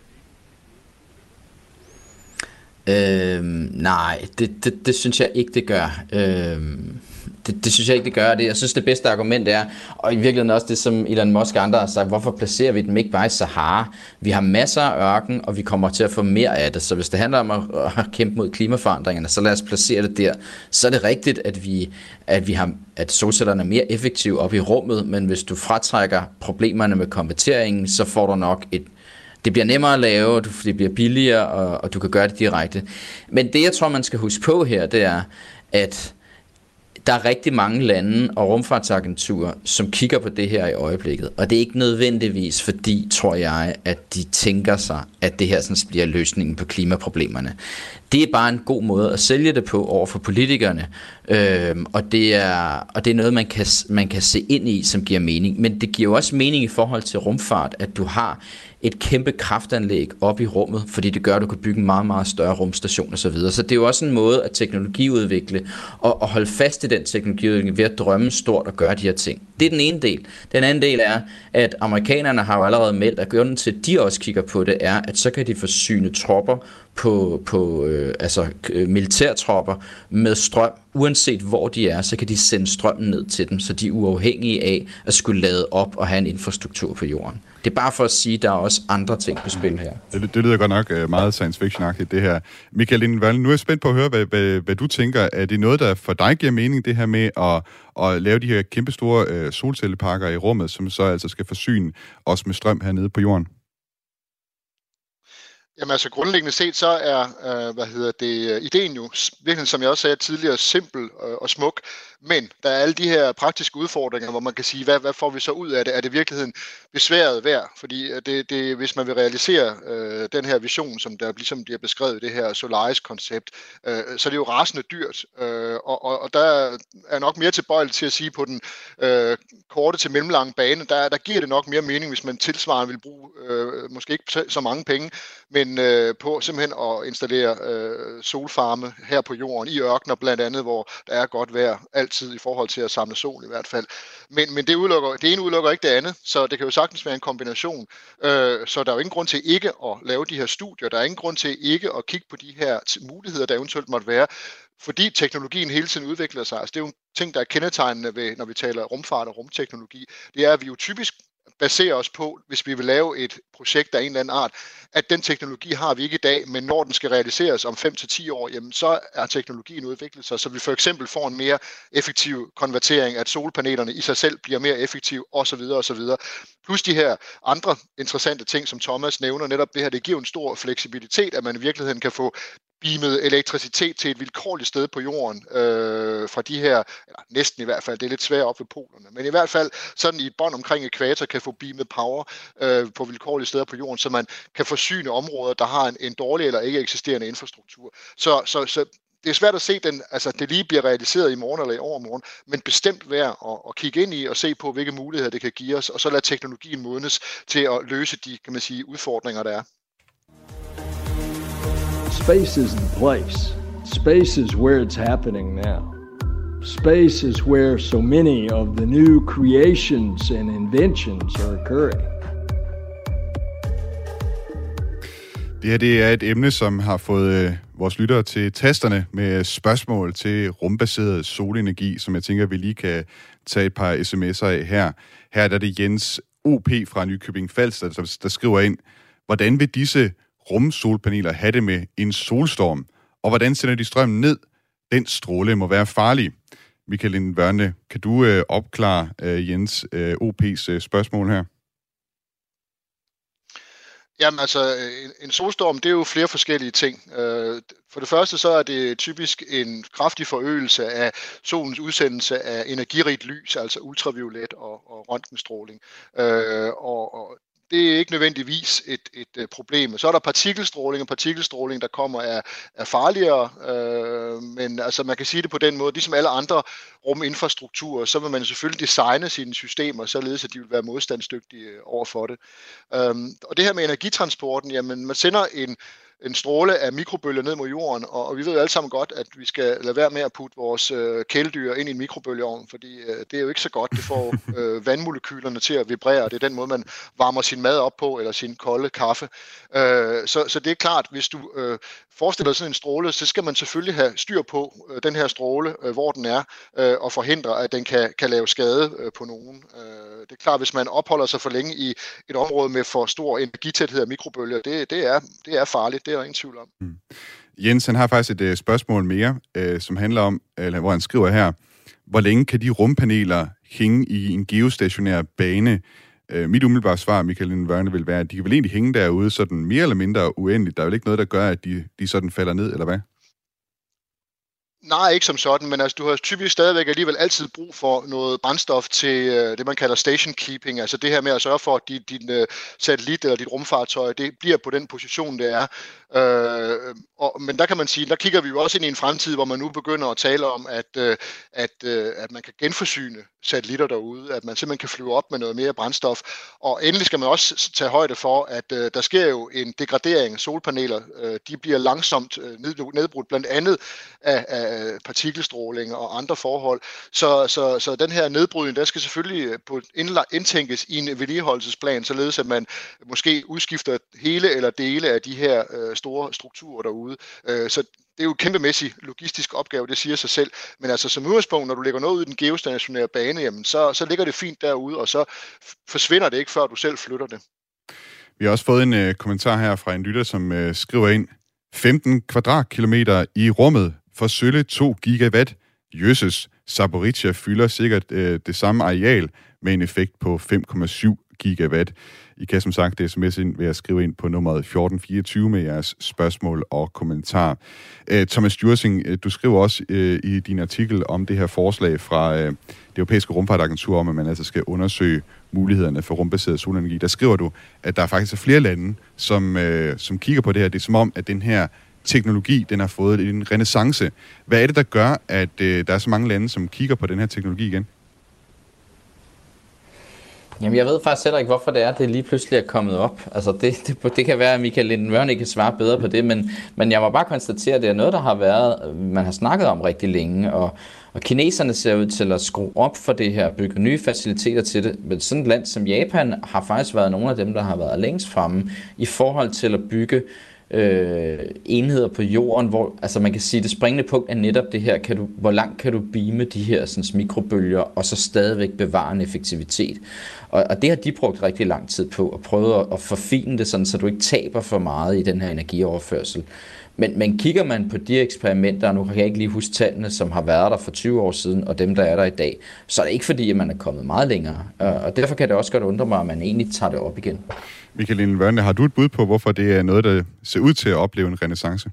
Øhm, nej, det, det, det synes jeg ikke, det gør. Øhm, det, det synes jeg ikke, det gør. Det, jeg synes, det bedste argument er, og i virkeligheden også det, som Elon Musk og andre har sagt, hvorfor placerer vi dem ikke bare i Sahara? Vi har masser af ørken, og vi kommer til at få mere af det. Så hvis det handler om at, at kæmpe mod klimaforandringerne, så lad os placere det der. Så er det rigtigt, at vi, at vi har, at solcellerne er mere effektive op i rummet, men hvis du fratrækker problemerne med konverteringen, så får du nok et det bliver nemmere at lave, det bliver billigere, og, og du kan gøre det direkte. Men det, jeg tror, man skal huske på her, det er, at der er rigtig mange lande og rumfartsagenturer, som kigger på det her i øjeblikket. Og det er ikke nødvendigvis fordi, tror jeg, at de tænker sig, at det her sådan bliver løsningen på klimaproblemerne. Det er bare en god måde at sælge det på over for politikerne. Øhm, og, det er, og det er noget, man kan, man kan se ind i, som giver mening. Men det giver jo også mening i forhold til rumfart, at du har et kæmpe kraftanlæg op i rummet, fordi det gør, at du kan bygge en meget, meget større rumstation osv. Så, så det er jo også en måde at teknologiudvikle og, og holde fast i den teknologiudvikling ved at drømme stort og gøre de her ting. Det er den ene del. Den anden del er, at amerikanerne har jo allerede meldt, at grunden til, at de også kigger på det, er, at så kan de forsyne tropper på, på øh, altså militærtropper med strøm. Uanset hvor de er, så kan de sende strømmen ned til dem, så de er uafhængige af at skulle lade op og have en infrastruktur på jorden. Det er bare for at sige, at der er også andre ting på spil her. Det, det lyder godt nok meget science fiction-agtigt, det her. Michael Linden-Vørne, nu er jeg spændt på at høre, hvad, hvad, hvad du tænker. Er det noget, der for dig giver mening, det her med at, at lave de her kæmpe store øh, solcelleparker i rummet, som så altså skal forsyne os med strøm hernede på jorden? Jamen altså grundlæggende set, så er øh, hvad hedder det, ideen jo virkelig, som jeg også sagde tidligere, simpel øh, og smuk, men der er alle de her praktiske udfordringer, hvor man kan sige, hvad, hvad får vi så ud af det? Er det i virkeligheden besværet værd? Fordi det, det, hvis man vil realisere øh, den her vision, som der ligesom bliver beskrevet, det her Solaris-koncept, øh, så er det jo rasende dyrt, øh, og, og, og der er nok mere tilbøjelig til at sige på den øh, korte til mellemlange bane, der, der giver det nok mere mening, hvis man tilsvarende vil bruge øh, måske ikke så mange penge, men øh, på simpelthen at installere øh, solfarme her på jorden, i ørkener blandt andet, hvor der er godt vejr altid i forhold til at samle sol i hvert fald. Men, men det, udelukker, det ene udelukker ikke det andet, så det kan jo sagtens være en kombination. Øh, så der er jo ingen grund til ikke at lave de her studier, der er ingen grund til ikke at kigge på de her muligheder, der eventuelt måtte være, fordi teknologien hele tiden udvikler sig. Altså, det er jo en ting, der er kendetegnende ved, når vi taler rumfart og rumteknologi. Det er, at vi jo typisk baserer os på, hvis vi vil lave et projekt af en eller anden art, at den teknologi har vi ikke i dag, men når den skal realiseres om fem til ti år, jamen så er teknologien udviklet sig, så vi for eksempel får en mere effektiv konvertering, at solpanelerne i sig selv bliver mere effektive osv. osv. Plus de her andre interessante ting, som Thomas nævner, netop det her, det giver en stor fleksibilitet, at man i virkeligheden kan få beamet elektricitet til et vilkårligt sted på jorden øh, fra de her, eller næsten i hvert fald, det er lidt svært op ved polerne, men i hvert fald sådan i et bånd omkring ekvator kan få beamet power øh, på vilkårlige steder på jorden, så man kan forsyne områder, der har en, en dårlig eller ikke eksisterende infrastruktur. Så, så, så det er svært at se, den, altså det lige bliver realiseret i morgen eller i overmorgen, men bestemt værd at, at kigge ind i og se på, hvilke muligheder det kan give os, og så lade teknologien modnes til at løse de, kan man sige, udfordringer, der er. Space is the place. Space is where it's happening now. Space is where so many of the new creations and inventions are occurring. Det her det er et emne, som har fået øh, vores lyttere til tasterne med spørgsmål til rumbaseret solenergi, som jeg tænker, vi lige kan tage et par sms'er af her. Her er det Jens O P fra Nykøbing Falster, der, der skriver ind, hvordan vil disse rumsolpaneler have det med en solstorm, og hvordan sender de strømmen ned? Den stråle må være farlig. Michael Linden-Vørne, kan du øh, opklare øh, Jens øh, O P's øh, spørgsmål her? Jamen altså, en, en solstorm, det er jo flere forskellige ting. Øh, for det første så er det typisk en kraftig forøgelse af solens udsendelse af energirigt lys, altså ultraviolet og, og røntgenstråling. Øh, og, og det er ikke nødvendigvis et, et problem. Så er der partikelstråling, og partikelstråling, der kommer, er, er farligere, øh, men altså, man kan sige det på den måde, ligesom alle andre ruminfrastrukturer, så vil man selvfølgelig designe sine systemer, således at de vil være modstandsdygtige over for det. Um, og det her med energitransporten, jamen man sender en en stråle af mikrobølger ned mod jorden, og, og vi ved jo alle sammen godt, at vi skal lade være med at putte vores øh, kæledyr ind i en mikrobølgeovn, fordi øh, det er jo ikke så godt. Det får øh, vandmolekylerne til at vibrere, og det er den måde, man varmer sin mad op på, eller sin kolde kaffe. Øh, så, så det er klart, hvis du øh, forestiller dig sådan en stråle, så skal man selvfølgelig have styr på øh, den her stråle, øh, hvor den er, øh, og forhindre, at den kan, kan lave skade øh, på nogen. Øh, det er klart, hvis man opholder sig for længe i et område med for stor energitæthed af mikrobølger, det, det, er, det er farligt. Det er der ingen tvivl om. Mm. Jens, han har faktisk et uh, spørgsmål mere, uh, som handler om, eller hvor han skriver her, hvor længe kan de rumpaneler hænge i en geostationær bane? Uh, mit umiddelbare svar, Michael Linden-Vørne, vil være, at de kan vel egentlig hænge derude sådan mere eller mindre uendeligt. Der er vel ikke noget, der gør, at de, de sådan falder ned, eller hvad? Nej, ikke som sådan, men altså, du har typisk stadigvæk alligevel altid brug for noget brændstof til øh, det, man kalder station keeping, altså det her med at sørge for, at din, din øh, satellit eller dit rumfartøj, det bliver på den position, det er. Øh, og, men der kan man sige, der kigger vi jo også ind i en fremtid, hvor man nu begynder at tale om, at, øh, at, øh, at man kan genforsyne satellitter derude, at man simpelthen kan flyve op med noget mere brændstof. Og endelig skal man også tage højde for, at øh, der sker jo en degradering af solpaneler. Øh, de bliver langsomt øh, nedbrudt, blandt andet af, af partikelstråling og andre forhold. Så, så, så den her nedbrydning, der skal selvfølgelig på indtænkes i en vedligeholdelsesplan, således at man måske udskifter hele eller dele af de her øh, store strukturer derude. Øh, så det er jo en kæmpemæssig logistisk opgave, det siger sig selv. Men altså som udgangspunkt, når du lægger noget ud i den geostationære bane, jamen så, så ligger det fint derude, og så forsvinder det ikke, før du selv flytter det. Vi har også fået en øh, kommentar her fra en lytter, som øh, skriver ind, femten kvadratkilometer i rummet for sølle to gigawatt. Jøsses, Zaporizhzhia fylder sikkert øh, det samme areal med en effekt på fem komma syv gigawatt. I kan som sagt sms ind ved at skrive ind på nummeret fjorten fireogtyve med jeres spørgsmål og kommentar. Uh, Thomas Djursing, uh, du skriver også uh, i din artikel om det her forslag fra uh, det europæiske rumfartagentur om, at man altså skal undersøge mulighederne for rumbaseret solenergi. Der skriver du, at der faktisk er flere lande, som, uh, som kigger på det her. Det er som om, at den her teknologi, den har fået en renaissance. Hvad er det, der gør, at uh, der er så mange lande, som kigger på den her teknologi igen? Jamen, jeg ved faktisk heller ikke, hvorfor det er, det lige pludselig er kommet op. Altså, det, det, det kan være, at Michael Linden-Vørn ikke kan svare bedre på det, men, men jeg må bare konstatere, at det er noget, der har været, man har snakket om rigtig længe, og, og kineserne ser ud til at skrue op for det her, bygge nye faciliteter til det. Men sådan et land som Japan har faktisk været nogle af dem, der har været længst fremme i forhold til at bygge Øh, enheder på jorden, hvor altså man kan sige, det springende punkt er netop det her, kan du, hvor langt kan du beame de her sådan, mikrobølger, og så stadigvæk bevare en effektivitet. Og, og det har de brugt rigtig lang tid på, at prøve at, at forfine det sådan, så du ikke taber for meget i den her energioverførsel. Men, men kigger man på de eksperimenter, nu kan jeg ikke lige huske tallene, som har været der for tyve år siden, og dem, der er der i dag, så er det ikke fordi, at man er kommet meget længere. Og derfor kan det også godt undre mig, at man egentlig tager det op igen. Michael Linden-Vørn, har du et bud på, hvorfor det er noget, der ser ud til at opleve en renaissance?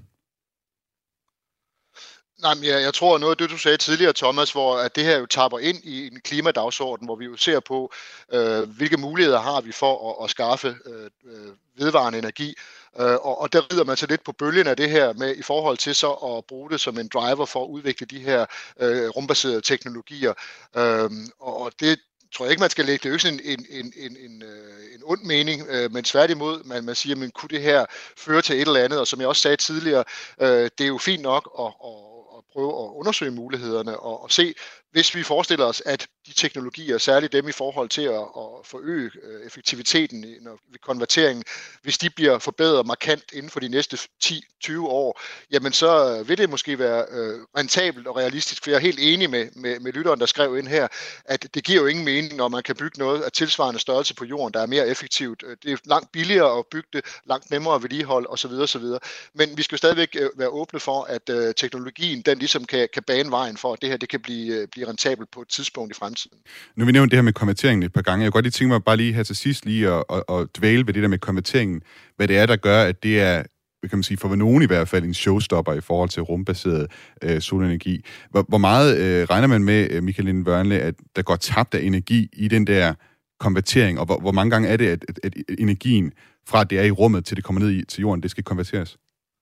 Nej, men jeg, jeg tror noget af det, du sagde tidligere, Thomas, hvor at det her jo tapper ind i en klimadagsorden, hvor vi jo ser på, øh, hvilke muligheder har vi for at, at skaffe øh, vedvarende energi. Øh, og, og der rider man så lidt på bølgen af det her med i forhold til så at bruge det som en driver for at udvikle de her øh, rumbaserede teknologier. Øh, og, og det tror jeg ikke, man skal lægge. Det er jo ikke sådan en, en, en, en, en ond mening, øh, men tværtimod, man, man siger, men kunne det her føre til et eller andet? Og som jeg også sagde tidligere, øh, det er jo fint nok at, at, at prøve at undersøge mulighederne og, og se, hvis vi forestiller os, at de teknologier, særligt dem i forhold til at, at forøge effektiviteten ved konverteringen, hvis de bliver forbedret markant inden for de næste ti til tyve år, jamen så vil det måske være øh, rentabelt og realistisk. For jeg er helt enig med, med, med lytteren, der skrev ind her, at det giver jo ingen mening, når man kan bygge noget af tilsvarende størrelse på jorden, der er mere effektivt. Det er langt billigere at bygge det, langt nemmere at vedligeholde osv. osv. Men vi skal stadigvæk være åbne for, at øh, teknologien, den ligesom kan, kan bane vejen for, at det her det kan blive, blive rentabelt på et tidspunkt i fremtiden. Nu har vi nævnt det her med konverteringen et par gange. Jeg kunne godt lige tænke mig bare lige her til sidst lige at, at, at dvæle ved det der med konverteringen. Hvad det er, der gør, at det er, kan man sige, for nogen i hvert fald, en showstopper i forhold til rumbaseret øh, solenergi. Hvor, hvor meget øh, regner man med, Michael Linden-Vørn, at der går tabt af energi i den der konvertering? Og hvor, hvor mange gange er det, at, at, at energien fra at det er i rummet, til det kommer ned i, til jorden, det skal konverteres?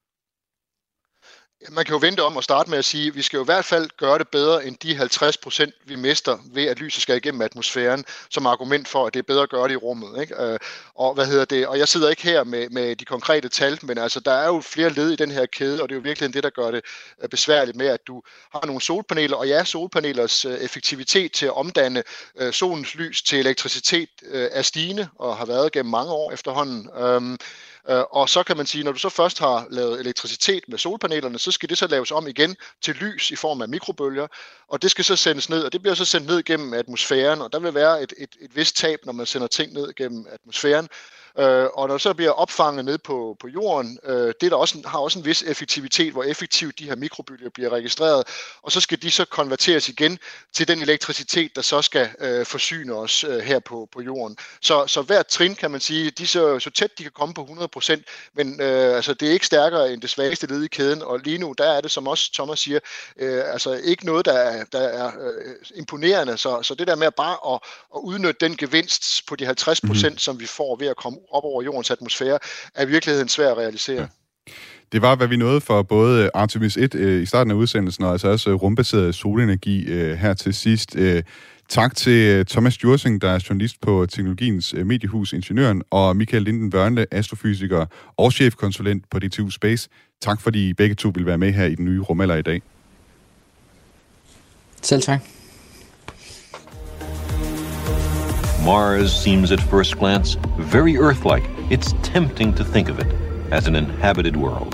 Man kan jo vente om at starte med at sige, at vi skal jo i hvert fald gøre det bedre end de halvtreds procent, vi mister ved, at lyset skal igennem atmosfæren, som argument for, at det er bedre at gøre det i rummet. Ikke? Og, hvad hedder det? Og jeg sidder ikke her med, med de konkrete tal, men altså, der er jo flere led i den her kæde, og det er jo virkelig det, der gør det besværligt med, at du har nogle solpaneler, og ja, solpanelers effektivitet til at omdanne solens lys til elektricitet er stigende, og har været gennem mange år efterhånden. Uh, og så kan man sige, når du så først har lavet elektricitet med solpanelerne, så skal det så laves om igen til lys i form af mikrobølger, og det skal så sendes ned, og det bliver så sendt ned gennem atmosfæren, og der vil være et, et, et vist tab, når man sender ting ned gennem atmosfæren. Uh, og når det så bliver opfanget ned på, på jorden, uh, det der også, har også en vis effektivitet, hvor effektivt de her mikrobølger bliver registreret, og så skal de så konverteres igen til den elektricitet, der så skal uh, forsyne os uh, her på, på jorden. Så, så hvert trin, kan man sige, de så, så tæt de kan komme på hundrede procent, men øh, altså, det er ikke stærkere end det svageste led i kæden, og lige nu, der er det, som også Thomas siger, øh, altså ikke noget, der er, der er øh, imponerende, så, så det der med bare at, at udnytte den gevinst på de halvtreds procent, mm-hmm. som vi får ved at komme op over jordens atmosfære, er i virkeligheden svært at realisere. Ja. Det var, hvad vi nåede for både Artemis et øh, i starten af udsendelsen, og altså også rumbaseret solenergi øh, her til sidst. Øh, tak til Thomas Djursing, der er journalist på Teknologiens øh, Mediehus Ingeniøren, og Michael Linden Wørnle, astrofysiker og chefkonsulent på D T U Space. Tak, fordi I begge to vil være med her i den nye rumalder i dag. Selv tak. Mars seems at first glance very Earth-like. It's tempting to think of it as an inhabited world.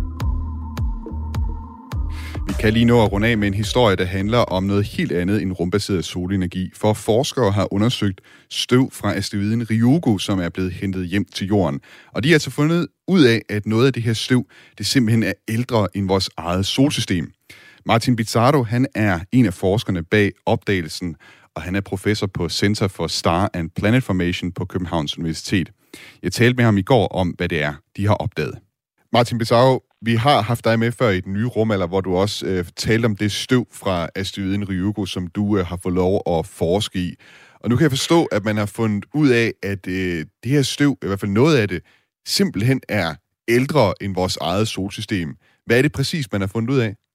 Vi kan lige nå at runde af med en historie, der handler om noget helt andet end rumbaseret solenergi. For forskere har undersøgt støv fra asteroiden Ryugu, som er blevet hentet hjem til jorden. Og de har altså fundet ud af, at noget af det her støv, det simpelthen er ældre end vores eget solsystem. Martin Bizzardo, han er en af forskerne bag opdagelsen, og han er professor på Center for Star and Planet Formation på Københavns Universitet. Jeg talte med ham i går om, hvad det er, de har opdaget. Martin Bizzardo, vi har haft dig med før i den nye rumalder, hvor du også øh, talte om det støv fra asteroiden Ryugu, som du øh, har fået lov at forske i. Og nu kan jeg forstå, at man har fundet ud af, at øh, det her støv, i hvert fald noget af det, simpelthen er ældre end vores eget solsystem. Hvad er det præcis, man har fundet ud af?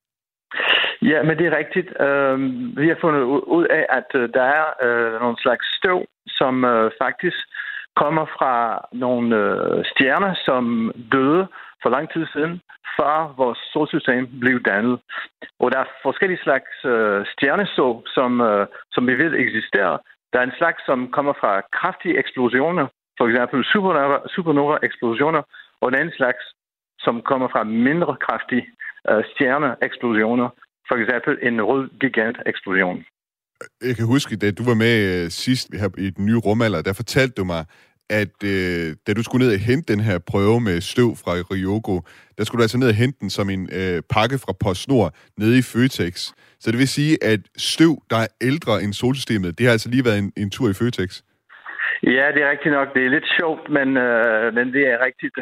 Ja, men det er rigtigt. Uh, vi har fundet ud af, at uh, der er uh, nogle slags støv, som uh, faktisk kommer fra nogle uh, stjerner, som døde for lang tid siden, før vores solsystem blev dannet. Og der er forskellige slags uh, stjernestøv, som, uh, som vi ved eksisterer. Der er en slags, som kommer fra kraftige eksplosioner, for eksempel supernova, supernova-eksplosioner, og en anden slags, som kommer fra mindre kraftige uh, stjerneeksplosioner. For eksempel en rød gigant-eksplosion. Jeg kan huske, da du var med øh, sidst her i den nye rumalder, der fortalte du mig, at øh, da du skulle ned og hente den her prøve med støv fra Ryugu, der skulle du altså ned og hente den som en øh, pakke fra PostNord nede i Føtex. Så det vil sige, at støv, der er ældre end solsystemet, det har altså lige været en, en tur i Føtex. Ja, det er rigtigt nok. Det er lidt sjovt, men, øh, men det er rigtigt,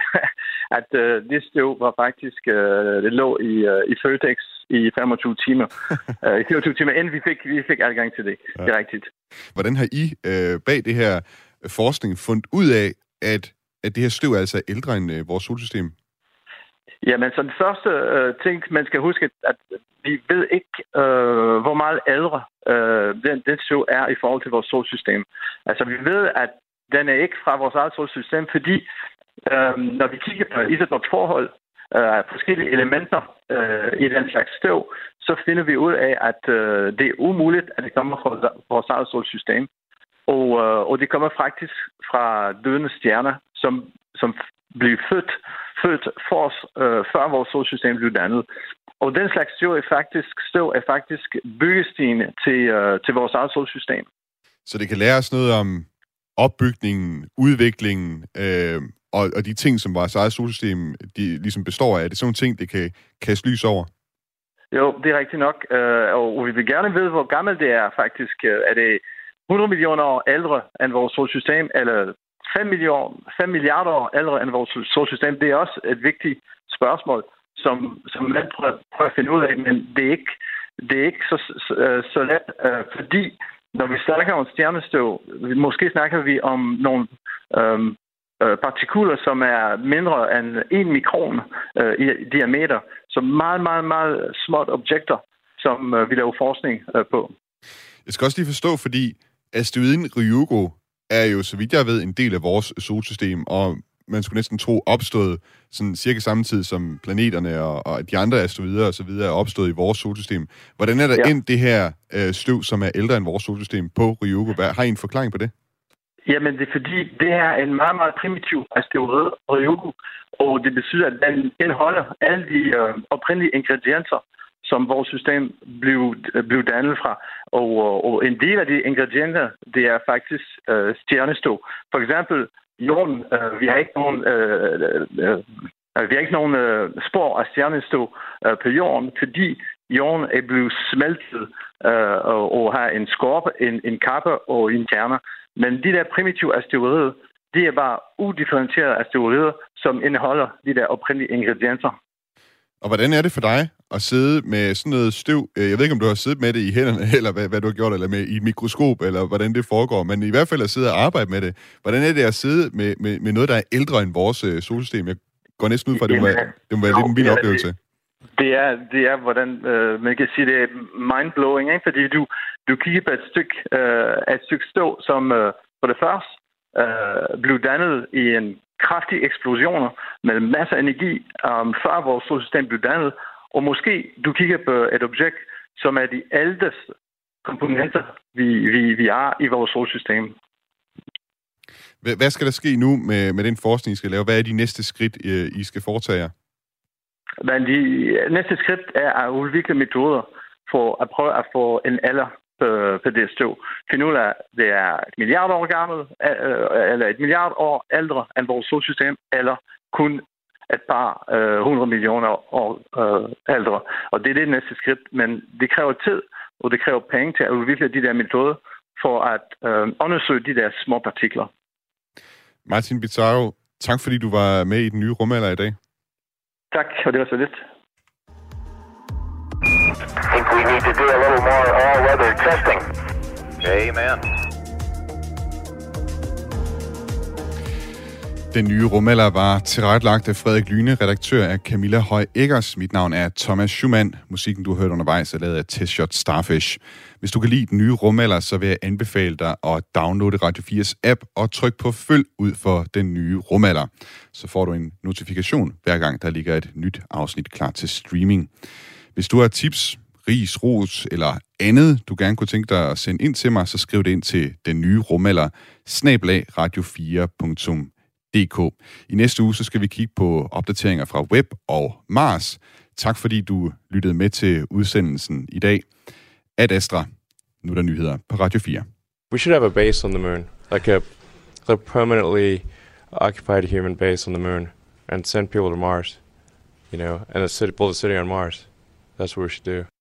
at øh, det støv var faktisk, øh, det lå i, øh, i Føtex i femogtyve timer. uh, I femogtyve timer, inden vi fik, vi fik adgang til det. Ja. Det er rigtigt. Hvordan har I øh, bag det her forskning fundet ud af, at, at det her støv er altså ældre end øh, vores solsystem? Jamen, så den første øh, ting, man skal huske, at vi ved ikke, øh, hvor meget ældre øh, den, den støv er i forhold til vores solsystem. Altså, vi ved, at den er ikke fra vores eget solsystem, fordi øh, når vi kigger på isotopforhold, Uh, forskellige elementer uh, i den slags støv, så finder vi ud af, at uh, det er umuligt, at det kommer fra vores eget solsystem. Og, uh, og det kommer faktisk fra døende stjerner, som, som blev født, født for os, uh, før vores solsystem blev dannet. Og den slags støv er faktisk, støv er faktisk byggesten til, uh, til vores eget solsystem. Så det kan lære os noget om opbygningen, udviklingen, øh Og, og de ting, som vores eget solsystem de ligesom består af, er det sådan nogle ting, det kan kaste lys over? Jo, det er rigtigt nok. Uh, og vi vil gerne vide, hvor gammelt det er faktisk. Er det hundrede millioner år ældre end vores solsystem, eller fem milliarder år ældre end vores solsystem? Det er også et vigtigt spørgsmål, som, som man prøver, prøver at finde ud af, men det er ikke, det er ikke så, så, så let, uh, fordi når vi snakker om stjernestøv, måske snakker vi om nogle Um, partikuler, som er mindre end en mikron øh, i diameter. Så meget, meget, meget småt objekter, som øh, vi laver forskning øh, på. Jeg skal også lige forstå, fordi asteroiden Ryugu er jo, så vidt jeg ved, en del af vores solsystem, og man skulle næsten tro opstået sådan cirka samtidig som planeterne og, og de andre asteroider og så videre er opstået i vores solsystem. Hvordan er der ja. endt det her øh, støv, som er ældre end vores solsystem på Ryugu? Har I en forklaring på det? Jamen, det er fordi, det her er en meget, meget primitiv asteroide, Ryugu, og det betyder, at den indeholder alle de øh, oprindelige ingredienser, som vores system blev, øh, blev dannet fra. Og, og en del af de ingredienser, det er faktisk øh, stjernestøv. For eksempel, jorden, øh, vi har ikke nogen, øh, øh, vi har ikke nogen øh, spor af stjernestøv øh, på jorden, fordi jorden er blevet smeltet øh, og, og har en skorpe, en, en kappe og en kerne. Men de der primitive asteroider, de er bare udifferentierede asteroider, som indeholder de der oprindelige ingredienser. Og hvordan er det for dig at sidde med sådan noget støv? Jeg ved ikke, om du har siddet med det i hænderne, eller hvad, hvad du har gjort, eller med i et mikroskop, eller hvordan det foregår, men i hvert fald at sidde og arbejde med det. Hvordan er det at sidde med, med, med noget, der er ældre end vores øh, solsystem? Jeg går næsten ud fra, at det må være, det må være lidt en vild oplevelse. Det er, det er hvordan øh, man kan sige, det er mindblowing, ikke? Fordi du, du kigger på et stykke, øh, et stykke stå, som øh, for det første øh, blev dannet i en kraftig eksplosion med masser af energi, um, før vores solsystem blev dannet. Og måske du kigger på et objekt, som er de ældste komponenter, vi, vi, vi har i vores solsystem. Hvad skal der ske nu med, med den forskning, I skal lave? Hvad er de næste skridt, I skal foretage jer? Men de næste skridt er at udvikle metoder for at prøve at få en alder på, på det stå. Finde ud af, det er et milliard år gammelt, eller et milliard år ældre end vores solsystem, eller kun et par øh, hundrede millioner år øh, ældre. Og det er det næste skridt, men det kræver tid, og det kræver penge til at udvikle de der metoder for at øh, undersøge de der små partikler. Martin Bizzarro, tak fordi du var med i den nye rumalder i dag. Tak, og det var så lidt. I think we need to do a little more all-weather testing. Amen. Den nye rumalder var tilrettelagt af Frederik Lyne, redaktør af Camilla Høj Eggers. Mit navn er Thomas Schumann. Musikken, du har hørt undervejs, er lavet af Test Shot Starfish. Hvis du kan lide den nye rumalder, så vil jeg anbefale dig at downloade Radio fires app og tryk på følg ud for den nye rumalder. Så får du en notifikation, hver gang der ligger et nyt afsnit klar til streaming. Hvis du har tips, ris, ros eller andet, du gerne kunne tænke dig at sende ind til mig, så skriv det ind til den nye rumalder, snabel-a radio fire punktum d k. I næste uge så skal vi kigge på opdateringer fra Web og Mars. Tak fordi du lyttede med til udsendelsen i dag. Ad Astra. Nu er der nyheder på Radio fire. We should have a base on the moon, like a, a permanently occupied human base on the moon, and send people to Mars, you know, and a city, build a city on Mars. That's what we should do.